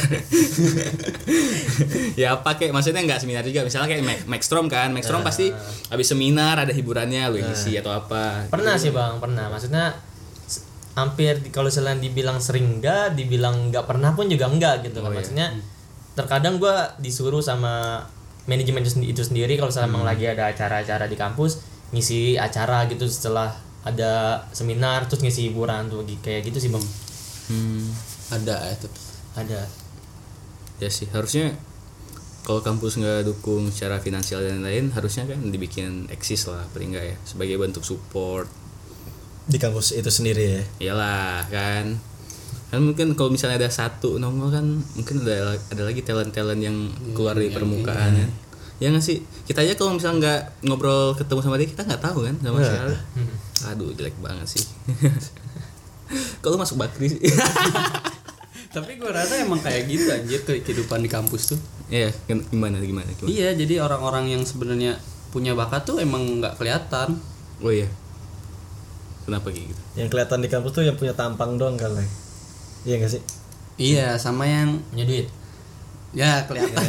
Ya apa kayak maksudnya nggak seminar juga, misalnya kayak Maxstrom kan, Maxstrom nah. pasti habis seminar ada hiburannya lu nah. ngisi atau apa. Pernah gitu. Sih bang, pernah. Maksudnya hampir kalau selain dibilang sering enggak, dibilang enggak pernah pun juga enggak gitu kan. Oh, maksudnya iya. terkadang gue disuruh sama manajemen itu sendiri kalau hmm. emang lagi ada acara-acara di kampus, ngisi acara gitu setelah ada seminar, terus ngisi hiburan tuh kayak gitu sih bang. Hmm. Ada itu. Ada. Ya sih, harusnya kalau kampus nggak dukung secara finansial dan lain, harusnya kan dibikin eksis lah paling enggak ya, sebagai bentuk support di kampus itu sendiri ya. Iyalah kan. Kan mungkin kalau misalnya ada satu nongol kan mungkin ada ada lagi talent-talent yang keluar hmm, di permukaan kan. Ya nggak sih? Kita aja kalau misalnya nggak ngobrol ketemu sama dia, kita nggak tahu kan sama siapa. Aduh, jelek banget sih. Kalau masuk Bakri sih. Tapi gue rasa emang kayak gitu anjir kehidupan di kampus tuh. Iya, gimana gimana gimana. Iya, jadi orang-orang yang sebenarnya punya bakat tuh emang nggak kelihatan. Oh iya. Kenapa kayak gitu? Yang kelihatan di kampus tuh yang punya tampang doang kali. Iya enggak sih? Iya, sama yang punya duit. Ya, kelihatan.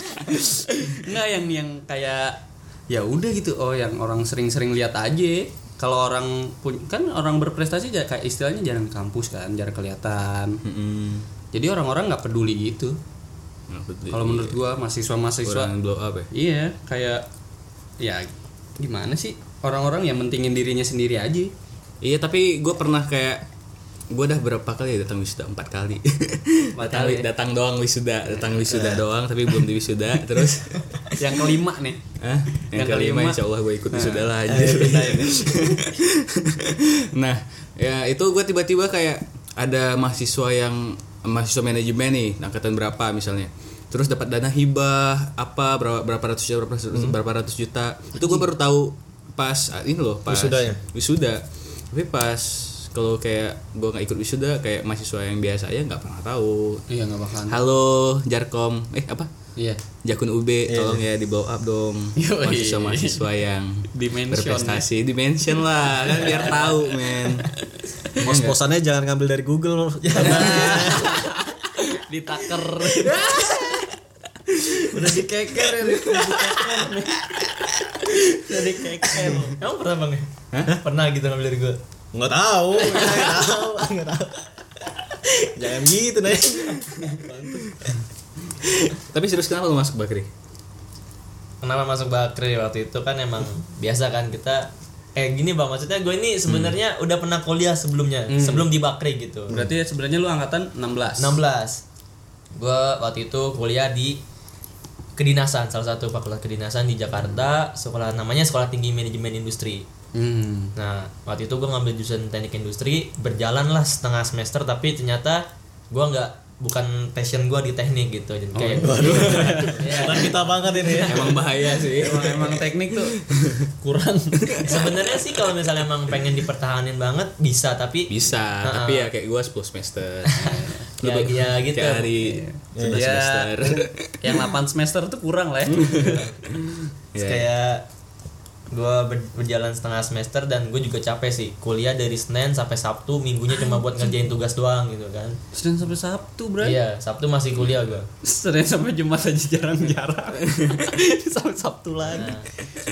Enggak yang yang kayak ya udah gitu. Oh, yang orang sering-sering lihat aja. kalau orang pun kan orang berprestasi ja- kayak istilahnya jarang ke kampus kan, jarang kelihatan. Mm-mm. Jadi orang-orang nggak peduli gitu. Nggak peduli. Kalau menurut gua mahasiswa-mahasiswa Kurang blow up ya. iya kayak ya gimana sih orang-orang yang mentingin dirinya sendiri aja. Iya tapi gue pernah kayak gue udah berapa kali ya datang wisuda empat kali. Empat datang, kali ya? datang doang wisuda, datang wisuda doang tapi belum di wisuda. Terus Yang kelima nih. Hah? Yang, Yang kelima, kelima. insya Allah gue ikut wisuda lah aja. Ayo, pindahin. Nah ya itu gue tiba-tiba kayak ada mahasiswa yang mahasiswa manajemen nih angkatan berapa misalnya. Terus dapat dana hibah apa berapa berapa ratus juta berapa, ratus- berapa ratus juta. Itu gue baru tahu pas ah, ini loh pas Wisudanya? wisuda. Tapi pas kalau kayak gue nggak ikut wisuda kayak mahasiswa yang biasa aja nggak pernah tahu. Iya nggak bakalan. Halo Jarkom, eh apa? Iya. Jakun U B, tolong ya di blow up dong. Yoi. Mahasiswa-mahasiswa yang Dimension, berprestasi, dimension lah kan biar tahu men. Pos-posannya jangan ngambil dari Google. Ditaker. Udah dikeker ya, udah dikeker nih. Udah dikeker. Emang pernah bang ya? Pernah gitu ngambil dari gue. Nggak tahu, nggak tahu, nggak tahu. Jangan gitu nih. Tapi serius kenapa lu masuk Bakri? Kenapa masuk Bakri waktu itu kan emang biasa kan kita eh gini bang, maksudnya gue ini sebenarnya Hmm. udah pernah kuliah sebelumnya, sebelum di Bakri gitu. Berarti sebenarnya lu angkatan enam belas. enam belas. Gue waktu itu kuliah di kedinasan, salah satu fakultas kedinasan di Jakarta, sekolah namanya Sekolah Tinggi Manajemen Industri. Hmm. Nah waktu itu gue ngambil jurusan teknik industri, berjalan lah setengah semester, tapi ternyata gue nggak bukan passion gue di teknik gitu, jadi kayak ya, Nah, kita banget ini ya. Emang bahaya sih. Emang, emang teknik tuh kurang. sebenarnya sih kalau misalnya emang pengen dipertahanin banget bisa, tapi Bisa, Ha-ha. tapi ya kayak gua sepuluh semester. ya, ya gitu. Tiap hari sebelas Ya, semester. yang delapan semester tuh kurang lah ya. Terus Ya. kayak gue berjalan setengah semester dan gue juga capek sih, kuliah dari Senin sampai Sabtu, minggunya cuma buat ngerjain tugas doang gitu kan. Senin sampai Sabtu, bro. Iya, Sabtu masih kuliah gue. Senin sampai Jumat aja jarang-jarang. Sampai Sabtu lagi. Nah,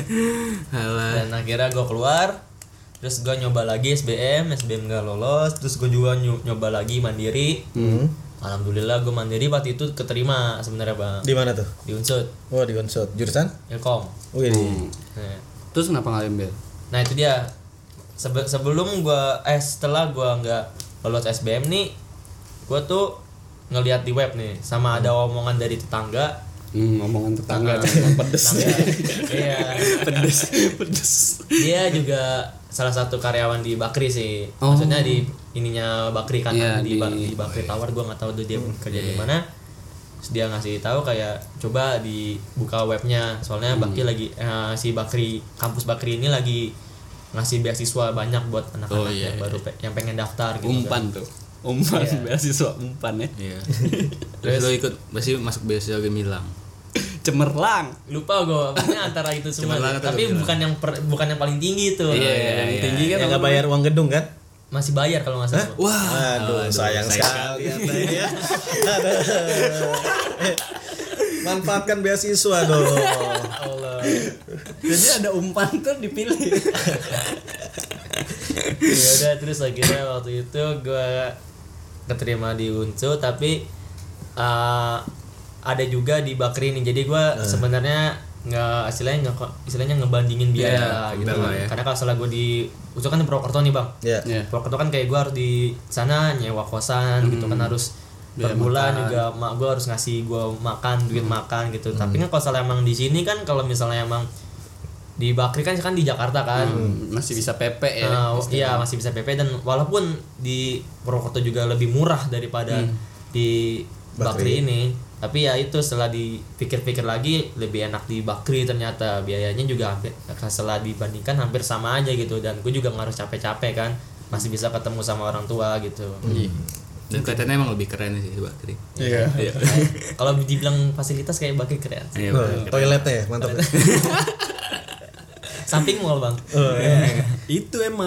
Halah. dan akhirnya gue keluar, terus gue nyoba lagi S B M, S B M gak lolos, terus gue juga nyo- nyoba lagi mandiri. Hmm. Alhamdulillah gue mandiri waktu itu keterima sebenarnya bang, Di mana tuh? di Unsud, Oh, di Unsud. Jurusan? Ilkom. Oh, iya. di- Nah, Terus kenapa nggak ambil? Nah itu dia. Sebe- sebelum gua eh setelah gua nggak lolos S B M nih, gua tuh ngelihat di web nih, sama ada omongan dari tetangga. Hmm, omongan tetangga Ah, emang pedes. tetangga. Iya. pedes, pedes. Dia juga salah satu karyawan di Bakri sih. Oh. Maksudnya di ininya Bakri kan, Iya, di, di- Ba- di Bakri Tower, gua nggak tahu tuh dia kerja di mana. Terus dia ngasih tahu kayak coba dibuka webnya, soalnya Bakri lagi eh, si Bakri kampus Bakri ini lagi ngasih beasiswa banyak buat anak-anak Oh, iya, yang baru pe- yang pengen daftar gitu. Umpan kan. tuh. Umpan Iya. beasiswa umpan ya. Iya. Terus lu ikut masih masuk beasiswa Gemilang. Cemerlang. Lupa gue, pokoknya antara itu semua. Cemerlang atau Tapi Gemilang? bukan yang per- bukan yang paling tinggi tuh. Iya, iya, yang iya. tinggi kan Yang apa nggak bayar uang gedung kan? Masih bayar kalau nggak salah. Wah, Aduh, sayang sekali Anda ya. Aduh. Eh, manfaatkan beasiswa dong. Allah. Jadi ada umpan tuh dipilih. Ya udah, terus akhirnya waktu itu gue keterima di Unsud, tapi uh, ada juga di Bakri ini. Jadi gue sebenarnya nggak istilahnya nggak istilahnya ngebandingin biaya Iya, lah gitu. bener lah ya. Karena kalau salah gue di Unsud kan di Purwokerto nih bang. Ya. Iya. Purwokerto kan kayak gue harus di sana nyewa kosan gitu kan, harus per Biaya bulan makan. juga mak gue harus ngasih gue makan, duit makan gitu. Tapi kan kalau salah emang di sini kan, kalau misalnya emang di Bakri kan kan di Jakarta kan. Masih bisa P P ya. Nah, iya masih bisa P P, dan walaupun di Purwokerto juga lebih murah daripada di Bakri. Bakri. ini, tapi ya itu setelah dipikir-pikir lagi lebih enak di Bakri ternyata. Biayanya juga hampir, setelah dibandingkan hampir sama aja gitu, dan gue juga nggak harus capek-capek kan, masih bisa ketemu sama orang tua gitu. dan kelihatannya emang lebih keren sih Bakri. Iya. Iya. Kalau dibilang fasilitas kayak Bakri keren. Iya, Oh, bener. toiletnya ya, mantap. Samping mall bang. Oh, iya. Itu emang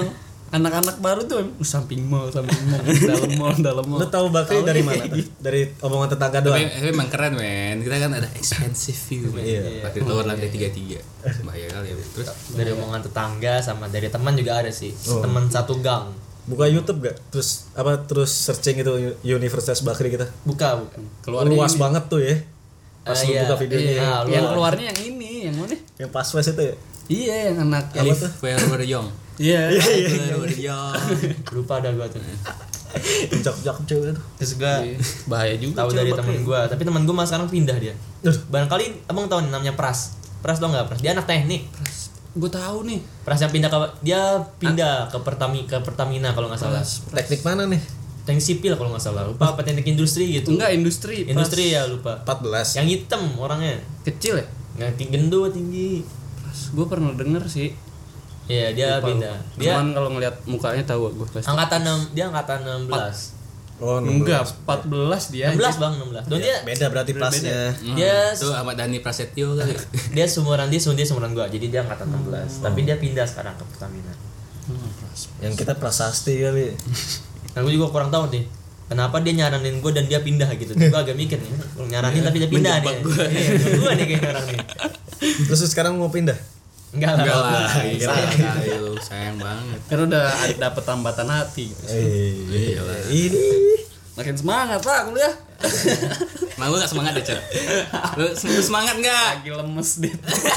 anak-anak baru tuh uh, samping mall, samping mall, dalam mall, dalam mall. Lu tahu Bakri dari mana? Tuh? Dari omongan tetangga doang. Tapi, tapi emang keren men. Kita kan ada expensive view men. Iya. Bakri Tower lantai tiga puluh tiga. Bahaya kali ya. Terus Dari omongan tetangga sama dari teman juga ada sih. Teman satu gang. Buka YouTube gak? Terus apa? Terus searching itu Universitas Bakri kita. Buka, bukan. Keluarnya Luas ini. banget tuh ya. Pas Ah, lu iya. buka videonya. Iya, Ah, yang luar. keluarnya yang ini, yang mana? Yang pas wes itu ya. Iya, yang anak yang Live Where We're Young. Iya. Where We're Young. Lupa ada gua tuh. Cakep-cakep cewek itu. Terus gua Bahaya juga. tahu cewek dari Bakri. temen gua, tapi temen gua mas sekarang pindah dia. Aduh. Barangkali abang tahu nih namanya Pras. Pras tau nggak Pras? Dia anak teknik. Gue tahu nih. Pras yang pindah ke dia pindah ke Pertamina ke Pertamina kalau nggak salah. Teknik mana nih? Teknik sipil kalau nggak salah. Lupa apa teknik industri gitu. Enggak industri. Pas Industri ya lupa. empat belas. Yang hitam orangnya. kecil ya. Nggak tinggi gendut tinggi. Gue pernah denger sih. Iya dia Lupa pindah. gua. Dia Cuman kalau ngeliat mukanya tahu gue pasti. angkatan enam dia angkatan enam belas. Oh, enam Enggak, belas. empat belas dia. enam belas bang enam belas. Dan dia Beda berarti plusnya. dia Tuh Ahmad Dhani Prasetyo kali. dia sumuran dia dia sumuran gua. Jadi dia angkatan enam belas. Tapi dia pindah sekarang ke Pertamina. Yang kita prasasti kali. Nah, gue juga kurang tahu nih. Kenapa dia nyaranin gue dan dia pindah gitu. Gue agak mikir nih. Nyaranin tapi dia pindah nih. Iya, gue nih kayaknya orang nih. Terus lu sekarang mau pindah? Enggak lah. Enggak lah, Sayang. sayang kali lu, sayang banget. Kan udah ada dapet tambatan hati. Eh, ini Makin semangat lah kuliah. Nah, lu gak semangat deh, Cak? Lu lu semangat gak? Lagi lemes deh.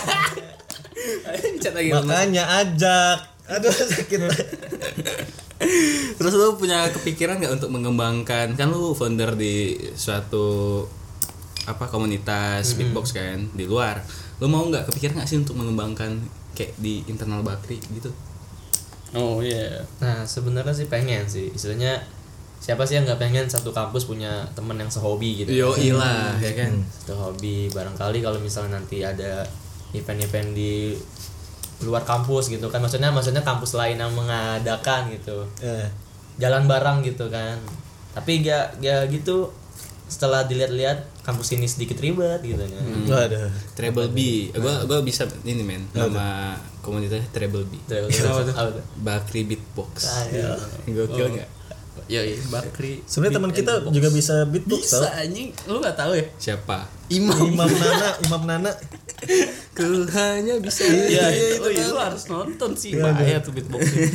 Cak lagi lemas. makanya ajak. Aduh sakit. Terus lu punya kepikiran gak untuk mengembangkan, kan lu founder di suatu apa komunitas beatbox kan di luar. Lu mau nggak kepikiran nggak sih untuk mengembangkan kayak di internal Bakri gitu? Oh iya. Nah sebenarnya sih pengen sih. Istilahnya siapa sih yang nggak pengen satu kampus punya temen yang sehobi gitu. Yo ilah ya kan. Satu hobi. Barangkali kalau misalnya nanti ada event-event di luar kampus gitu kan. Maksudnya maksudnya kampus lain yang mengadakan gitu. Eh, Jalan bareng gitu kan. Tapi ya ya gitu. Setelah dilihat-lihat kampus ini sedikit ribet gitu ya. Waduh. Treble B, gua gua bisa ini men, nama komunitasnya Treble B. Terus Kenapa tuh? apa tuh? Bakri Beatbox. Ayo. Gokil nggak? Ya iya, Bakri. Sebenarnya teman kita juga bisa beatbox Bisa tau. anjing. Lu enggak tahu ya? Siapa? Imam. Imam Nana, Imam Nana. Ku hanya bisa. Iya, itu, oh, itu harus nonton sih. Bahaya tuh beatbox.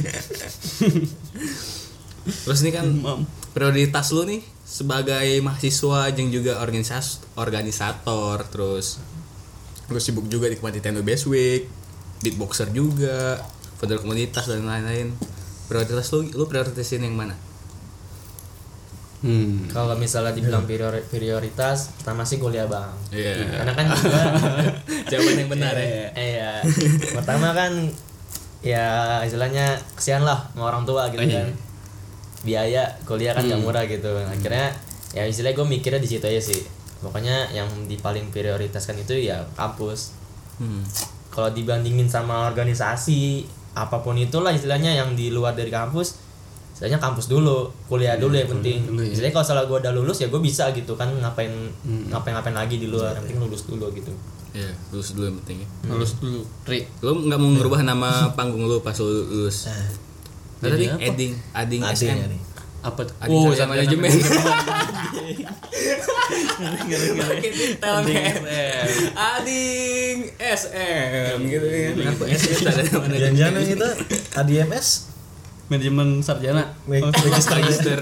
Terus ini kan prioritas lu nih sebagai mahasiswa yang juga organisas organisator, terus lu sibuk juga di kepanitiaan U B S Week, beatboxer juga, founder komunitas dan lain-lain. Prioritas lu lu prioritasin yang mana? Hmm. Kalau misalnya dibilang priori- prioritas, pertama sih kuliah bang. Iya. Karena kan juga, Jawaban yang benar ya. iya. Pertama kan, ya istilahnya kesian lah sama orang tua gitu Oh, iya. kan. Biaya kuliah kan nggak murah gitu. Akhirnya ya istilahnya gue mikirnya di situ aja sih. Pokoknya yang di paling prioritaskan itu ya kampus. Hmm. Kalau dibandingin sama organisasi apapun itulah istilahnya yang di luar dari kampus, istilahnya kampus dulu, kuliah dulu yang penting. dulu, ya. Istilahnya kalau salah gue udah lulus ya gue bisa gitu kan ngapain ngapain-ngapain lagi di luar, yang penting lulus dulu gitu. Iya, lulus dulu yang penting ya. Lulus dulu. Tri. Lu nggak mau ngerubah nama panggung lu pas lu lulus? Nah, tadi Jadi apa? Ading, Ading S Ading M. ya nih. Apa tuh? Ading Oh, Sarjana yang Manajemen. Ading. Ading S M gitu kan. Apa S M Sarjana Manajemen? Jangan-jangan kita A D M S Manajemen sarjana. Mag- Magister. Magister.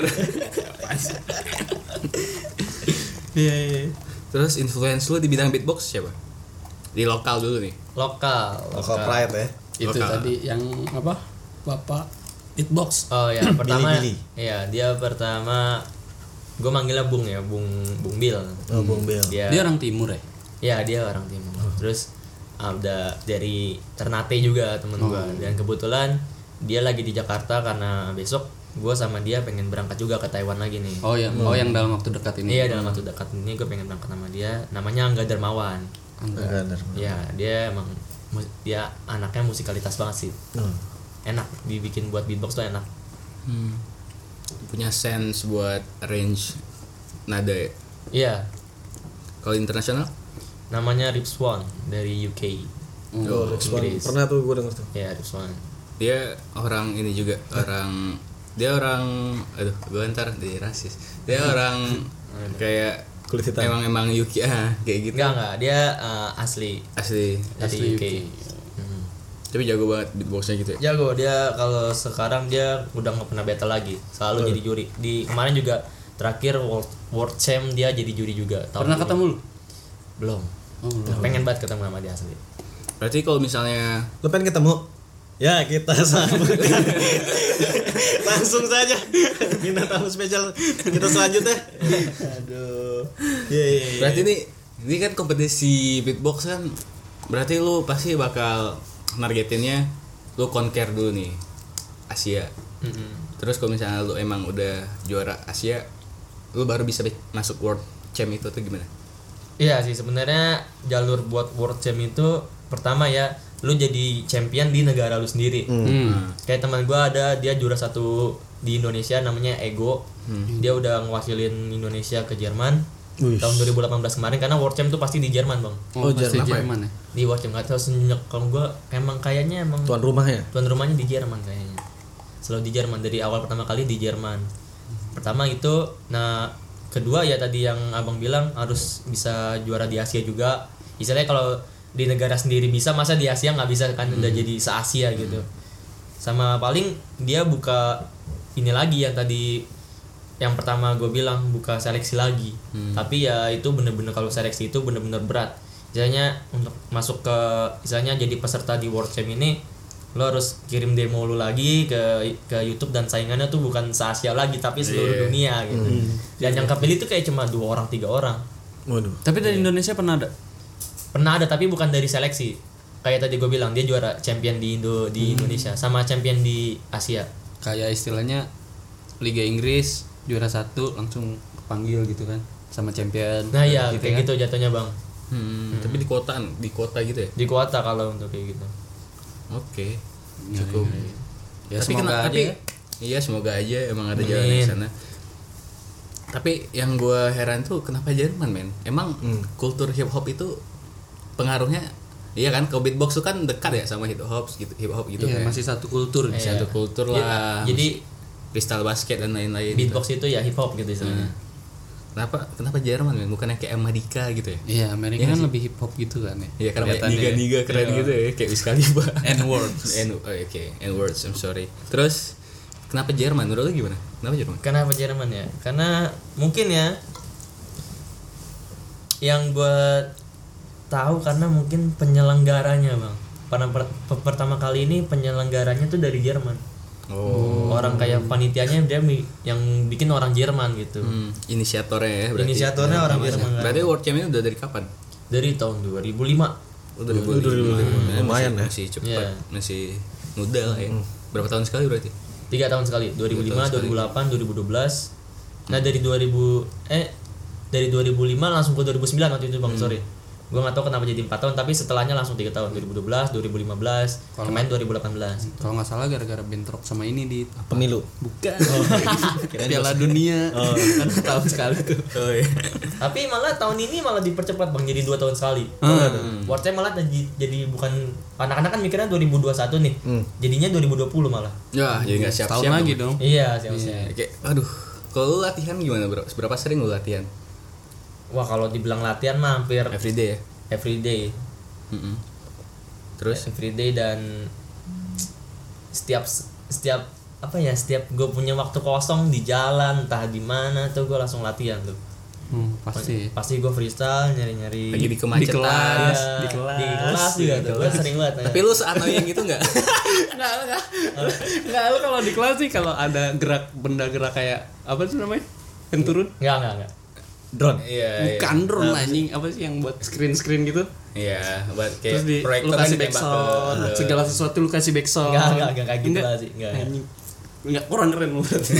Iya, iya. Terus influence lu di bidang beatbox siapa? Di lokal dulu nih. Lokal. Local pride ya. Itu Lokal. tadi yang apa? Bapak beatbox. Oh ya pertama, Billy. iya dia pertama gue manggilnya Bung ya, Bung Bung Bill. Oh, Bung Bel. Dia, Dia orang timur ya? ya dia orang timur. Terus ada dari Ternate juga temen gue. Dan kebetulan dia lagi di Jakarta karena besok gue sama dia pengen berangkat juga ke Taiwan lagi nih. Oh yang oh yang dalam waktu dekat ini. Iya dalam waktu dekat ini gue pengen berangkat sama dia. Namanya Angga Darmawan. Enggak ada. Ya dia emang mus- dia anaknya musikalitas banget sih. Oh. Enak dibikin buat beatbox tuh enak. Hmm. Punya sense buat range nada ya. Iya. Kalau internasional? Namanya Rip Swan dari U K. Oh, Rex One. Inggris. Pernah tuh gue denger tuh. Ya Rip Swan. dia orang ini juga orang dia orang aduh gue ntar jadi rasis dia orang kayak Kulit hitam. emang emang Yuki ah kayak gitu Enggak enggak, dia uh, asli asli dari U K. tapi jago banget beatboxnya gitu ya. Jago dia, kalau sekarang dia udah nggak pernah battle lagi, selalu jadi juri. Di kemarin juga terakhir World, World Champ dia jadi juri juga. Tahun Pernah ini. ketemu lu? Belum. Oh, belum. Pengen banget ketemu sama dia asli. Berarti kalau misalnya Lo pengen ketemu? Ya kita sambut. Langsung saja bintang tamu spesial kita selanjutnya. Aduh. Iya iya. iya. berarti ini ini kan kompetisi beatbox kan berarti lu pasti bakal nargetinnya lu conquer dulu nih Asia. Terus kalau misalnya lu emang udah juara Asia, lu baru bisa masuk World Champ itu atau gimana? Iya sih, sebenarnya jalur buat World Champ itu pertama ya lu jadi champion di negara lu sendiri. Hmm. Kayak teman gua ada, dia juara satu di Indonesia namanya Ego. Dia udah ngewakilin Indonesia ke Jerman Wih. tahun dua ribu delapan belas kemarin, karena World Champ tuh pasti di Jerman, Bang. Oh, Oh, pasti Jerman apa ya? Jerman ya? Di World Champ nggak tahu sejak, kalau gua emang kayaknya emang Tuan rumah ya. tuan rumahnya di Jerman kayaknya. Selalu di Jerman dari awal pertama kali di Jerman. Pertama itu, nah kedua ya tadi yang Abang bilang harus bisa juara di Asia juga. Istilahnya kalau di negara sendiri bisa, masa di Asia nggak bisa kan, udah jadi se-Asia gitu. Sama paling dia buka ini lagi yang tadi yang pertama gue bilang, buka seleksi lagi. Tapi ya itu bener-bener, kalau seleksi itu bener-bener berat. Misalnya untuk masuk ke, misalnya jadi peserta di World Champ ini, lo harus kirim demo lu lagi ke ke YouTube, dan saingannya tuh bukan se-Asia lagi tapi seluruh Yeah. dunia gitu. Dan yang kepilih tuh kayak cuma dua orang tiga orang. Waduh. Tapi dari Indonesia pernah ada? Pernah ada tapi bukan dari seleksi. Kayak tadi gue bilang, dia juara champion di Indo di Indonesia sama champion di Asia. Kayak istilahnya Liga Inggris juara satu langsung panggil gitu kan sama champion. Nah ya gitu kayak kan? gitu jatuhnya, Bang. Hmm, tapi di kota di kota gitu ya. Di kuota kalau untuk kayak gitu. Oke. Ya, Cukup. ya, ya. Ya, tapi semoga kena, aja tapi ya. iya semoga aja emang ada jalan di Amin. sana. Tapi yang gue heran tuh kenapa Jerman, men? Emang kultur hip hop itu pengaruhnya, iya kan? Kalau beatbox tuh kan dekat ya sama hip hop gitu, hip hop gitu Iya, kan. masih satu kultur. Iya. Satu kultur Ya, lah. jadi freestyle basket dan lain-lain. beatbox itu ya hip hop gitu istilahnya. Kenapa kenapa Jerman, men? Bukan yang kayak Amerika gitu ya? Iya, Amerika Iya kan sih. lebih hip hop gitu kan ya. Iya, karena Kelihatannya. niga-niga keren Iya. gitu ya, kayak Wiz Khalifa. N-words. N oh, oke, N-words, I'm sorry. Terus kenapa Jerman? Menurut lu gimana? Kenapa Jerman? Kenapa Jerman ya? Karena mungkin ya yang gue tahu karena mungkin penyelenggaranya, Bang. Karena per- per- pertama kali ini penyelenggaranya tuh dari Jerman. Oh. Orang kayak panitianya dia mi- yang bikin orang Jerman gitu. Hmm, inisiatornya ya berarti. Inisiatornya orang Namanya. Jerman, kan? Berarti World Champ ini udah dari kapan? Dari tahun dua ribu lima. Oh, dari dua ribu lima. Lumayan ya. Masih cepat, Iya. masih muda lah ya. Berapa tahun sekali berarti? Tiga tahun sekali, dua ribu lima, Tiga tahun dua ribu delapan, dua ribu dua belas. Nah dari dua ribu eh dari dua ribu lima langsung ke dua ribu sembilan waktu itu, Bang. Sorry, gue nggak tahu kenapa jadi empat tahun, tapi setelahnya langsung tiga tahun, dua ribu dua belas, dua ribu lima belas, kemarin dua ribu delapan belas. Kalau nggak salah gara-gara bentrok sama ini di Pemilu. bukan Piala Dunia kan setahun sekali tuh. Oh iya. Tapi malah tahun ini malah dipercepat, Bang, jadi dua tahun sekali. Hmm. World Champ malah jadi, jadi bukan, anak-anak kan mikirnya dua ribu dua puluh satu nih, jadinya dua ribu dua puluh malah. Ya, jadi enggak siap-siap. Tahun lagi dong. Iya, siap-siap. Kayak aduh, kalau lu latihan gimana, Bro? Seberapa sering lu latihan? Wah kalau dibilang latihan mah hampir Everyday ya? everyday. Mm-mm. Terus everyday dan setiap setiap apa ya setiap gue punya waktu kosong di jalan entah di mana tuh gue langsung latihan tuh. Hmm, pasti. Pasti gue freestyle nyari-nyari lagi di Di kemacetan. kelas, Iya, di kelas. di kelas juga tuh gue sering banget. Tapi lu se-annoying gitu enggak? Enggak, enggak. Enggak, lu kalau di kelas sih kalau ada gerak benda gerak kayak apa sih namanya? Yang turun? nggak nggak nggak Drone. Iya. Bukan drone anjing, apa sih yang buat screen-screen gitu? Iya, buat kayak Terus di proyektor lu kan kasih ditembak backsound, ke- segala sesuatu lu kasih backsound. nggak nggak nggak kayak gitu lah sih nggak. Anjing. Enggak kurang keren lu berarti.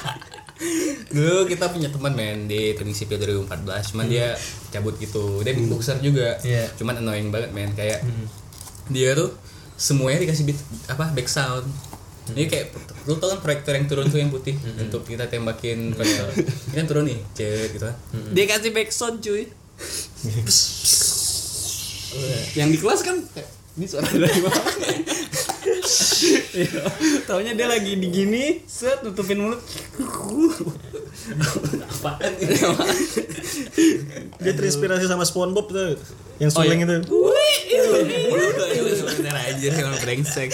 Dulu kita punya teman, men, di training sipil dua ribu empat belas, cuman dia cabut gitu. Dia beatboxer juga. Iya. Cuman annoying banget, men, kayak dia tuh semuanya dikasih beat apa backsound. Ini kayak lu tau kan proyektor yang turun tuh yang putih untuk kita tembakin proyektor. Ini kan turun nih, cet gitu kan. Dia kasih backsound cuy. Yang di kelas kan kayak, ini suara dari mana? Taunya dia lagi di gini, set nutupin mulut. Apaan ini? Dia terinspirasi sama SpongeBob tuh, yang suling itu. Bener aja emang brengsek.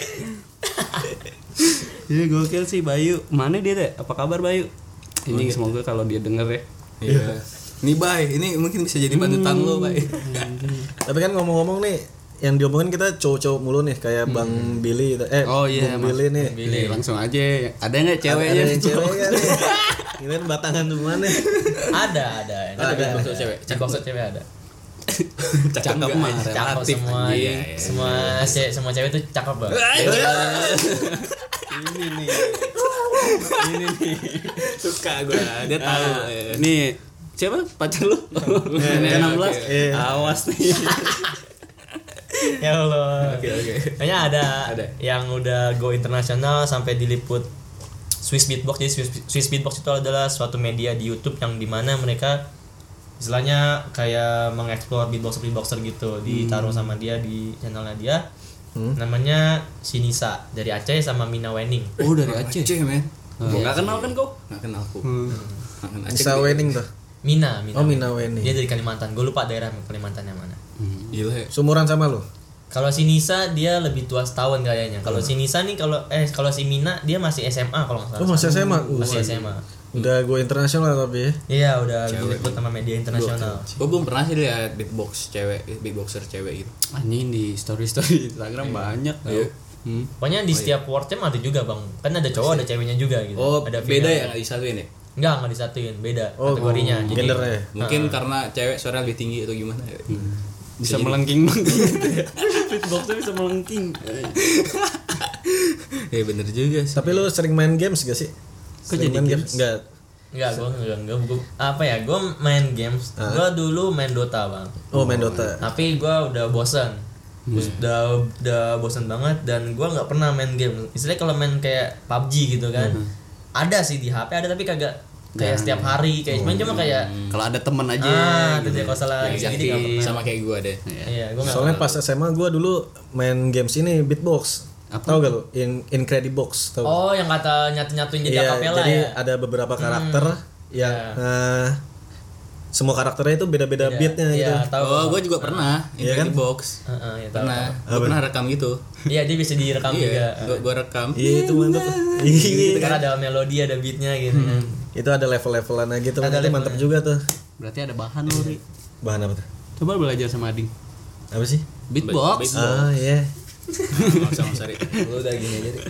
Ya gokil sih Bayu. Mana dia deh? Apa kabar Bayu? Ini semoga kalau dia denger ya. Iya. Nih Bay, ini mungkin bisa jadi panutan lo, Bay. Tapi kan ngomong-ngomong nih, yang diomongin kita cowok-cowok mulu nih, kayak Bang Billy, eh Oh iya, Bang Billy nih. Billy langsung aja. Ada nggak Ada, ceweknya? ada yang cewek kan? Ini kan batangan semua nih. Ada, ada. Ada beatboxer cewek. Beatboxer cewek ada. Cakep mah Cakep relatif. semua. Iya, iya. Semua cewek, semua cewek tuh cakep banget. Ini nih. Ini nih. Suka gua, dia tahu. Ah, nih siapa pacar lu? enam belas. Iya. Awas nih. Ya Allah. Oke, oke. Kayaknya ada, Ada. yang udah go internasional sampai diliput Swiss Beatbox. Jadi Swiss, Swiss Beatbox itu adalah suatu media di YouTube yang dimana mereka istilahnya kayak mengeksplor beatboxer beatboxer gitu, ditaruh sama dia di channelnya dia. Hmm. Namanya Sinisa dari Aceh sama Mina Wening. Oh dari Aceh. Aceh, men. Enggak kenal kan kau? Nggak kenal aku. Hmm. Nggak kenal. Bisa winning tuh. Mina, Mina. Oh, Mina Wening. Dia dari Kalimantan. Gue lupa daerah Kalimantan yang mana. Gila ya. Sumuran sama lu? Kalau si Nisa dia lebih tua setahun kayaknya. Kalau si Nisa nih kalau eh kalau si Mina dia masih S M A kalau nggak salah. Oh, masih S M A. Uh, Masih S M A. Udah gue internasional tapi ya. Iya, udah diliput sama media internasional. Gue belum pernah sih lihat beatbox cewek, beatboxer cewek gitu. Anjing di story-story Instagram banyak Iya. tau. Hmm. Pokoknya di setiap word tem ada juga, Bang. Kan ada cowok, ada ceweknya juga gitu. Oh, ada beda female. ya nggak disatuin ya? Enggak, enggak disatuin, beda Oh, kategorinya. Jadi gendernya. Mungkin karena cewek suara lebih tinggi atau gimana ya? Bisa melengking melengking gitu ya. Beatboxnya bisa melengking. Ya bener juga sih. Tapi lu sering main games gak sih? Kok Sering jadi main games? Enggak. enggak, gua enggak, enggak, gua, apa ya? Gua main games. Gua dulu main Dota, Bang. Oh, main Dota. Tapi gua udah bosan. Udah udah bosan banget dan gua nggak pernah main game. Istilahnya kalau main kayak P U B G gitu kan. Ada sih di H P, ada tapi kagak kayak setiap hari kayak main cuma kayak Kalau ada temen aja. ah gitu ya kalau salah Yang jadi nggak aktif pernah. sama kayak gue deh. Iya, gua nggak Soalnya pernah. pas S M A gue dulu main games ini beatbox. Tahu gak lu? In Incredibox, tahu? Oh, yang kata nyatu-nyatuin jadi Iya, acapella jadi ya. ada beberapa karakter yang Iya. eh, semua karakternya itu beda-beda beatnya gitu. Iya, tahu. Oh, gue juga pernah Iya kan? di box. Heeh, ya tahu. Pernah. tahu. Gue pernah rekam gitu. Iya, dia bisa direkam juga. Iya, gue gue rekam. Iya itu mantap. Iya. Karena ada melodi, ada beatnya gitu kan. Itu ada level-levelannya gitu. Ada Itu mantap levelnya. juga tuh. Berarti ada bahan lu, Ri. Bahan apa tuh? Coba belajar sama Ading. Apa sih? Beatbox. Ah iya. Nggak usah nggak usah, Ri. Lu udah gini aja, Ri.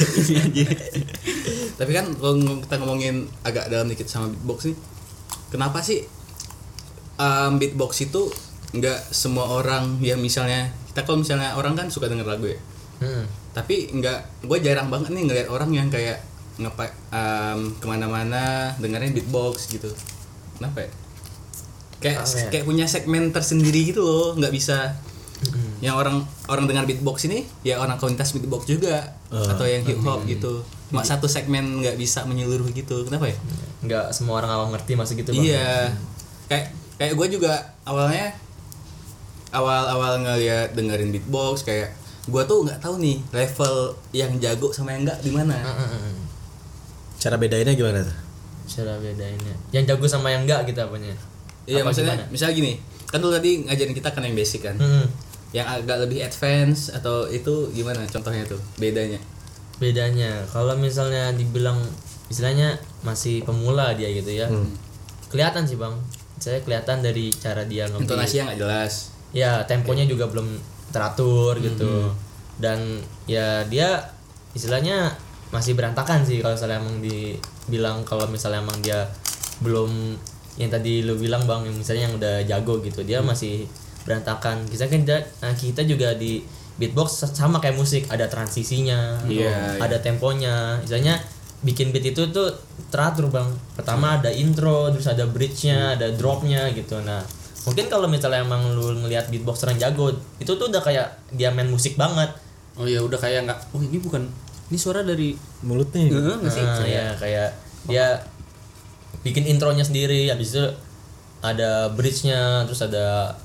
Tapi kan kalau ng- kita ngomongin agak dalam dikit sama beatbox nih, kenapa sih um, beatbox itu nggak semua orang yang misalnya kita kalau misalnya orang kan suka denger lagu ya, Hmm. tapi nggak, gue jarang banget nih ngeliat orang yang kayak ngepa um, kemana-mana dengerin beatbox gitu. Kenapa ya? Kayak Apa ya? kayak punya segmen tersendiri gitu loh, nggak bisa. Yang orang orang dengar beatbox ini ya orang komunitas beatbox juga atau yang hip hop gitu. Cuma satu segmen nggak bisa menyeluruh gitu. Kenapa ya? Nggak semua orang awam ngerti masuk gitu, Bang. Iya. Kayak kayak gue juga awalnya awal-awal ngeliat dengerin beatbox kayak gue tuh nggak tahu nih level yang jago sama yang enggak di mana. Heeh. Cara bedainnya gimana tuh? Cara bedainnya. Yang jago sama yang enggak gitu apanya? Iya, Apa maksudnya gimana? misalnya gini, kan lu tadi ngajarin kita kan yang basic kan. Hmm. Yang agak lebih advance atau itu gimana contohnya tuh bedanya? Bedanya kalau misalnya dibilang istilahnya masih pemula dia gitu ya. Kelihatan sih, Bang. Saya kelihatan dari cara dia nge-beat. Intonasinya nggak jelas. Ya, temponya juga belum teratur gitu. Dan ya dia istilahnya masih berantakan sih kalau misalnya emang dibilang kalau misalnya emang dia belum yang tadi lu bilang, Bang, yang misalnya yang udah jago gitu, dia masih berantakan. Kita kan kita, nah, kita juga di beatbox sama kayak musik, ada transisinya, Iya, ada temponya. Misalnya bikin beat itu tuh teratur, Bang. Pertama ada intro, terus ada bridge-nya, ada drop-nya gitu. Nah, mungkin kalau misalnya emang lu ngelihat beatboxer yang jago, itu tuh udah kayak dia main musik banget. Oh ya udah kayak nggak. Oh ini bukan. Ini suara dari. Mulutnya. Heeh, nggak sih? Nah, ya kayak dia bikin intronya sendiri, habis itu ada bridge-nya, terus ada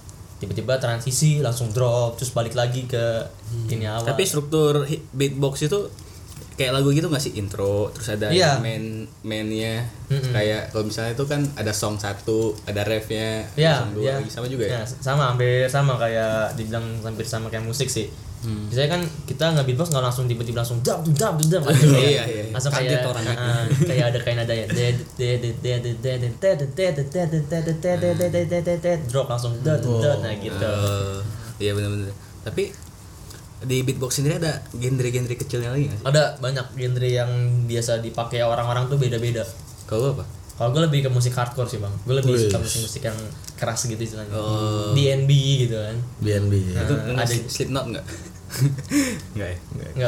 tiba-tiba transisi langsung drop terus balik lagi ke hmm. ini awal. Tapi struktur beatbox itu kayak lagu gitu nggak sih, intro terus ada iya. main mainnya Mm-mm. kayak kalau misalnya itu kan ada song satu, ada refnya, ya, song dua ya. lagi sama juga ya. Ya, sama hampir sama kayak dibilang hampir sama kayak musik sih. Hmm. Biasanya kan kita nggak beatbox nggak langsung tiba-tiba langsung dap dap dap dap iya iya langsung kaget kayak orangnya. uh, kayak ada kayak nada ya drop langsung dap dap nah gitu. Uh, iya benar-benar. Tapi di beatbox sendiri ada genre-genre kecilnya lagi nggak sih? Ada banyak genre yang biasa dipakai orang-orang tuh beda-beda. Kalau apa? Kalau gue lebih ke musik hardcore sih bang, gue lebih suka musik-musik yang keras gitu istilahnya, Oh. D and B gitu kan. B and B ya. Itu ada- ada Slipknot nggak? Nggak ya? Enggak,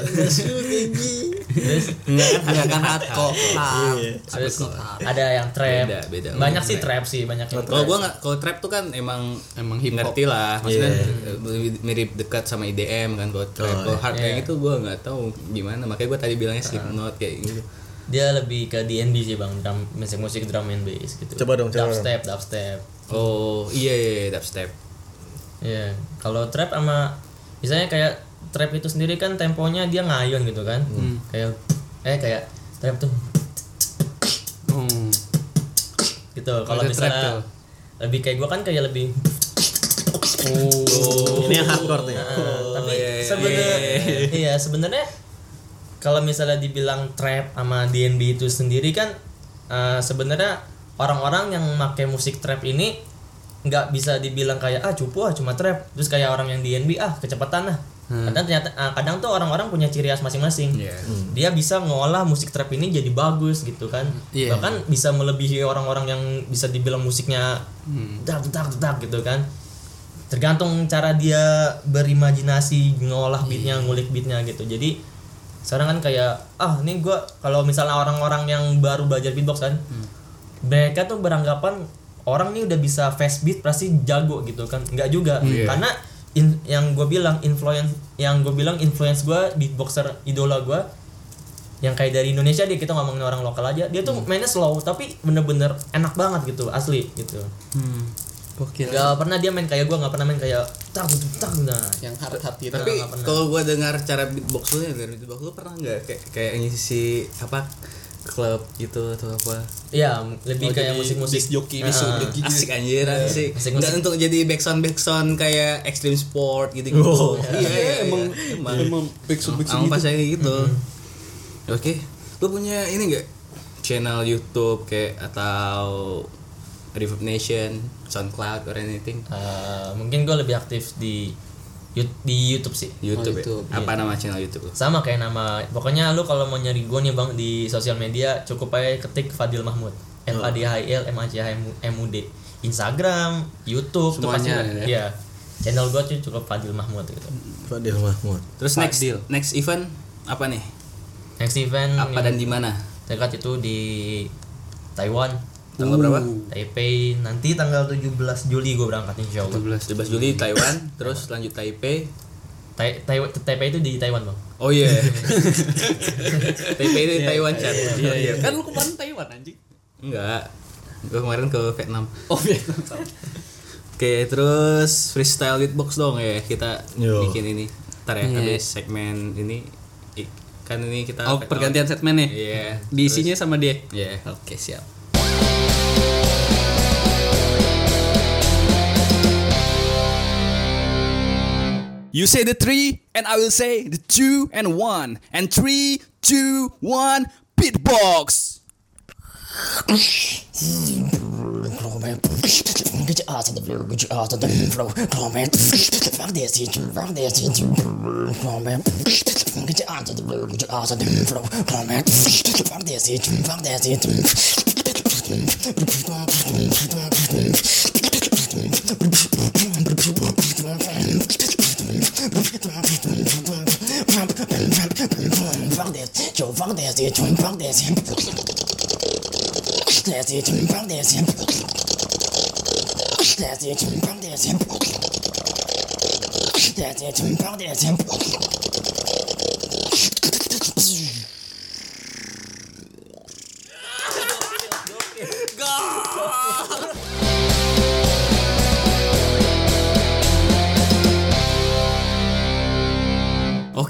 terus Enggak kan hardcore. terus ada yang trap, Beda, beda. banyak Oh, sih trap. trap sih banyak yang Kalau trap. gua nggak, kalau trap tuh kan emang Emang hip hop. ngerti lah, maksudnya Yeah. eh, mirip dekat sama I D M kan kalau trap. Oh, Kalau hard yeah. kayak gitu gua nggak tahu gimana, makanya gua tadi bilangnya Slipknot kayak gitu. Dia lebih ke D and B sih bang, drum musik musik drum and bass gitu. Coba dong, coba Dubstep, dubstep. Oh iya iya, iya dubstep. Iya, kalau trap sama misalnya kayak trap itu sendiri kan temponya dia ngayon gitu kan. Kayak eh kayak trap tuh Hmm. gitu. Kalau Ada trap misalnya tuh. lebih kayak gua kan kayak lebih Oh. Ini yang hardcore nih. Nah, tapi iya, iya, sebenarnya iya sebenarnya kalau misalnya dibilang trap sama D and B itu sendiri kan uh, sebenarnya orang-orang yang pakai musik trap ini nggak bisa dibilang kayak ah cupu ah cuma trap, terus kayak orang yang D and B ah kecepatan lah. Kadang ternyata uh, kadang tuh orang-orang punya ciri khas masing-masing. Iya. Dia bisa ngolah musik trap ini jadi bagus gitu kan. Iya. Bahkan bisa melebihi orang-orang yang bisa dibilang musiknya dak dak dak gitu kan. Tergantung cara dia berimajinasi ngolah beatnya, ngulik beatnya gitu. Jadi sekarang kan kayak ah ini gue kalau misalnya orang-orang yang baru belajar beatbox kan, mereka tuh beranggapan orang nih udah bisa fast beat pasti jago gitu kan. Enggak juga. Iya. Karena in, yang gue bilang influence yang gue bilang influence gue beatboxer idola gue yang kayak dari Indonesia, dia kita ngomongin orang lokal aja, dia tuh mainnya slow tapi bener-bener enak banget gitu, asli gitu. Gokil. Gak pernah dia main kayak gue, gak pernah main kayak tak tak nah. Yang hard hard gitu. Tapi nggak pernah. kalau gua dengar cara beatbox lu ya, dari beatbox lu pernah nggak kayak kayak ngisi apa klub gitu atau apa? Iya, lebih Oh, kayak jadi musik-musik disc jockey, Ah, disc jockey. Asik anjir, asik. Musik-musik. Nggak untuk jadi backsound backsound kayak extreme sport gitu gitu. Oh, iya, iya, emang emang emang backsound backsound Emang pas gitu. kayak gitu. Oke, lu punya ini nggak channel YouTube kayak atau Reverb Nation, SoundCloud or anything? Eh, mungkin gue lebih aktif di Yu- di YouTube sih. YouTube, YouTube, ya? Apa nama channel YouTube lu? Sama kayak nama, pokoknya lu kalau mau nyari gue nih bang di sosial media cukup aja ketik Fadil Mahmud, F A D H I L M A C H M U D. Instagram, YouTube tuh pasti Semuanya, ya? ya. Channel gue tuh cukup Fadil Mahmud gitu. Fadil Mahmud. Terus next Fadil. next event apa nih? Next event Apa dan yang di mana? dekat itu di Taiwan, Tanggal berapa? Taipei. Nanti tanggal tujuh belas Juli gue berangkat insya Allah. tujuh belas Juli Taiwan, terus lanjut Taipei. Tai- Tai- Taipei itu di Taiwan bang. Oh iya. Taipei itu Taiwan chat. Iya iya. Kan lu kemarin Taiwan anjing. Enggak. Gue kemarin ke Vietnam. Oh Vietnam. Oke, terus freestyle beatbox dong ya kita Yo. bikin ini. Ntar ya, Iya. habis segmen ini i- kan ini kita Oh pergantian segmen nih. Iya. Diisinya sama dia. Iya. Oke siap. You say the three, and I will say the two and one, and three, two, one, beatbox.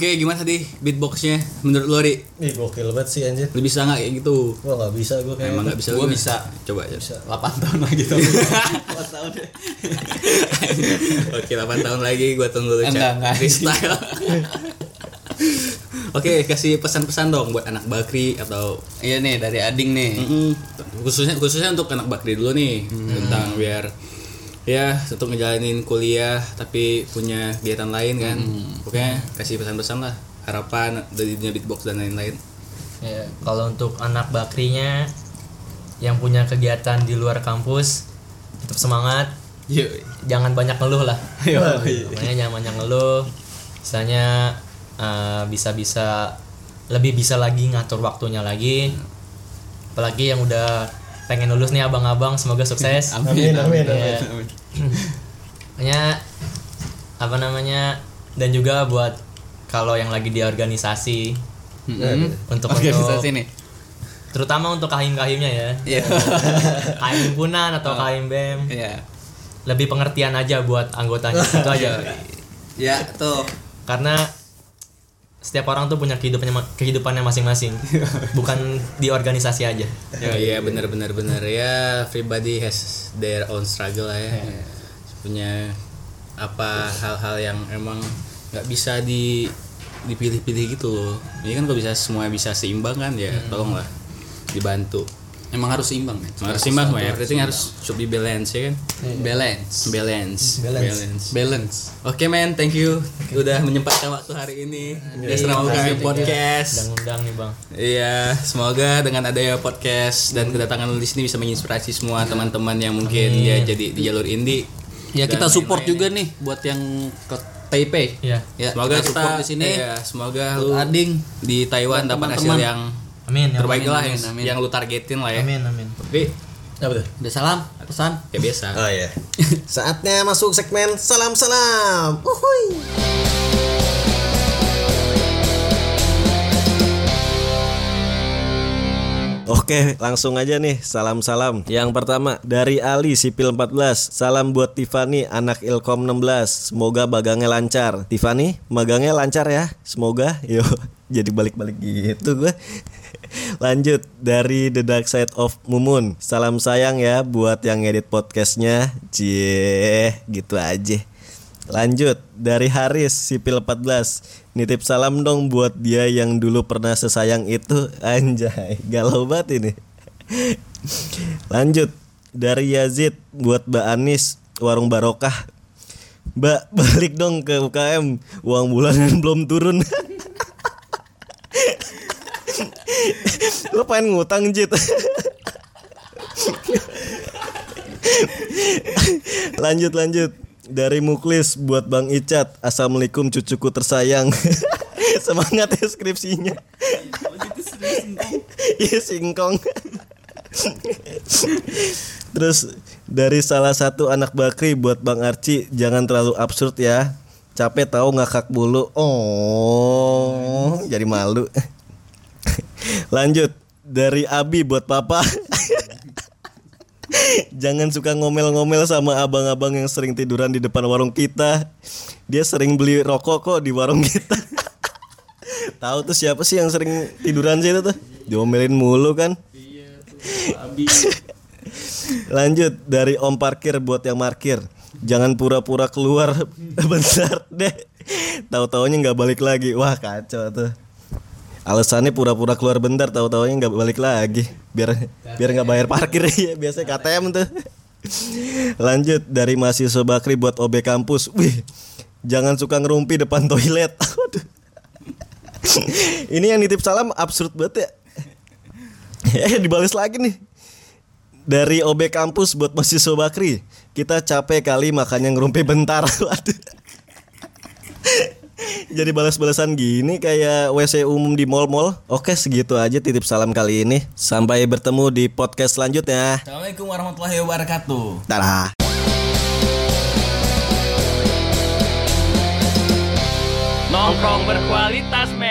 Oke, gimana tadi beatboxnya menurut lo, Ri? Ih, gokil banget sih anjir. Lu bisa nggak kayak gitu? Gua enggak bisa gua kayak. Emang nggak bisa. Gua lu? bisa. Coba aja. delapan tahun lagi tuh. delapan tahun deh. Oke, delapan tahun lagi gua tunggu lu Enggak, Cak. enggak. Freestyle. Oke, kasih pesan-pesan dong buat anak Bakri atau Iya nih dari Ading nih. Mm-mm. khususnya khususnya untuk anak Bakri dulu nih tentang biar ya untuk ngejalanin kuliah tapi punya kegiatan lain kan. Pokoknya kasih pesan-pesan lah, harapan dari dunia beatbox dan lain-lain. Ya, kalau untuk anak Bakrinya yang punya kegiatan di luar kampus, tetap semangat. Yuk. Jangan banyak ngeluh lah. Yo. Pokoknya jangan banyak ngeluh. Misalnya uh, bisa-bisa lebih bisa lagi ngatur waktunya lagi. Apalagi yang udah pengen lulus nih abang-abang, semoga sukses. Amin amin Ya. amin. Pokoknya apa namanya, dan juga buat kalau yang lagi di organisasi, Mm-hmm. untuk Organisasi untuk nih. terutama untuk kahim-kahimnya ya. Iya. Kahim himpunan atau kahim B E M, Iya. lebih pengertian aja buat anggotanya. Itu aja. Ya, tuh. Karena setiap orang tuh punya kehidupannya kehidupannya masing-masing, bukan di organisasi aja. Ya, iya benar-benar benar ya, everybody has their own struggle lah ya. Punya apa hal-hal yang emang nggak bisa di dipilih-pilih gitu loh. Ini kan kalau bisa semua bisa seimbang kan ya, tolonglah dibantu. Emang harus seimbang kan? Emang harus seimbang semua, everything harus should be balance ya kan. Balance. Balance. Balance. Balance. Oke men, thank you udah menyempatkan waktu hari ini di Asrama U K M Podcast. Undang-undang nih bang. Iya, semoga dengan adanya podcast dan kedatangan lu di sini bisa menginspirasi semua teman-teman yang mungkin ya jadi di jalur indie. Ya kita Dan support lain-lain juga nih buat yang ke Taipei. Iya. Ya, Semoga kita kita support di sini. iya, semoga Buat lu Ading. di Taiwan Buat dapat hasil teman-teman. yang Amin. Ya, terbaik amin, lah amin, yang, amin. yang lu targetin lah ya. Amin amin. Tapi Apa tuh? Udah salam, pesan. ya biasa. Oh iya. Saatnya masuk segmen salam-salam. Uhuy. Oke, langsung aja nih salam-salam. Yang pertama dari Ali Sipil empat belas. Salam buat Tiffany anak Ilkom enam belas. Semoga magangnya lancar. Tiffany, magangnya lancar ya. Semoga. Yo, jadi balik-balik gitu gue. Lanjut dari The Dark Side of Mumun. Salam sayang ya buat yang ngedit podcastnya. Cie, gitu aja. Lanjut dari Haris Sipil empat belas. Nitip salam dong buat dia yang dulu pernah sesayang itu. Anjay, galau banget ini. Lanjut dari Yazid buat Mbak Anis Warung Barokah. Mbak, balik dong ke U K M. Uang bulanan belum turun. Lo pengen ngutang, Jit. Lanjut lanjut dari Muklis buat Bang Icat. Assalamualaikum cucuku tersayang. Semangat ya skripsinya. Iya singkong. Terus dari salah satu anak Bakri buat Bang Arci, jangan terlalu absurd ya. Capek tahu ngakak bulu. Oh, jadi malu. Lanjut dari Abi buat Papa. Jangan suka ngomel-ngomel sama abang-abang yang sering tiduran di depan warung kita. Dia sering beli rokok kok di warung kita. Tahu tuh siapa sih yang sering tiduran sih itu tuh? Diomelin mulu kan? Iya tuh, Abi. Lanjut dari Om Parkir buat yang markir. Jangan pura-pura keluar bentar deh. Tahu-taunya nggak balik lagi. Wah kacau tuh. Alasannya pura-pura keluar bentar, tahu-taunya nggak balik lagi, biar biar nggak bayar parkir ya, biasanya K T M tuh. Lanjut dari mahasiswa Bakri buat O B kampus. Wih, jangan suka ngerumpi depan toilet. Ini yang nitip salam absurd banget ya. Eh dibales lagi nih. Dari O B kampus buat mahasiswa Bakri. Kita capek kali makanya ngerumpi bentar. Waduh. Jadi balas-balasan gini kayak W C umum di mall-mall. Oke segitu aja titip salam kali ini. Sampai bertemu di podcast selanjutnya. Assalamualaikum warahmatullahi wabarakatuh. Dadah. Nongkrong berkualitas men.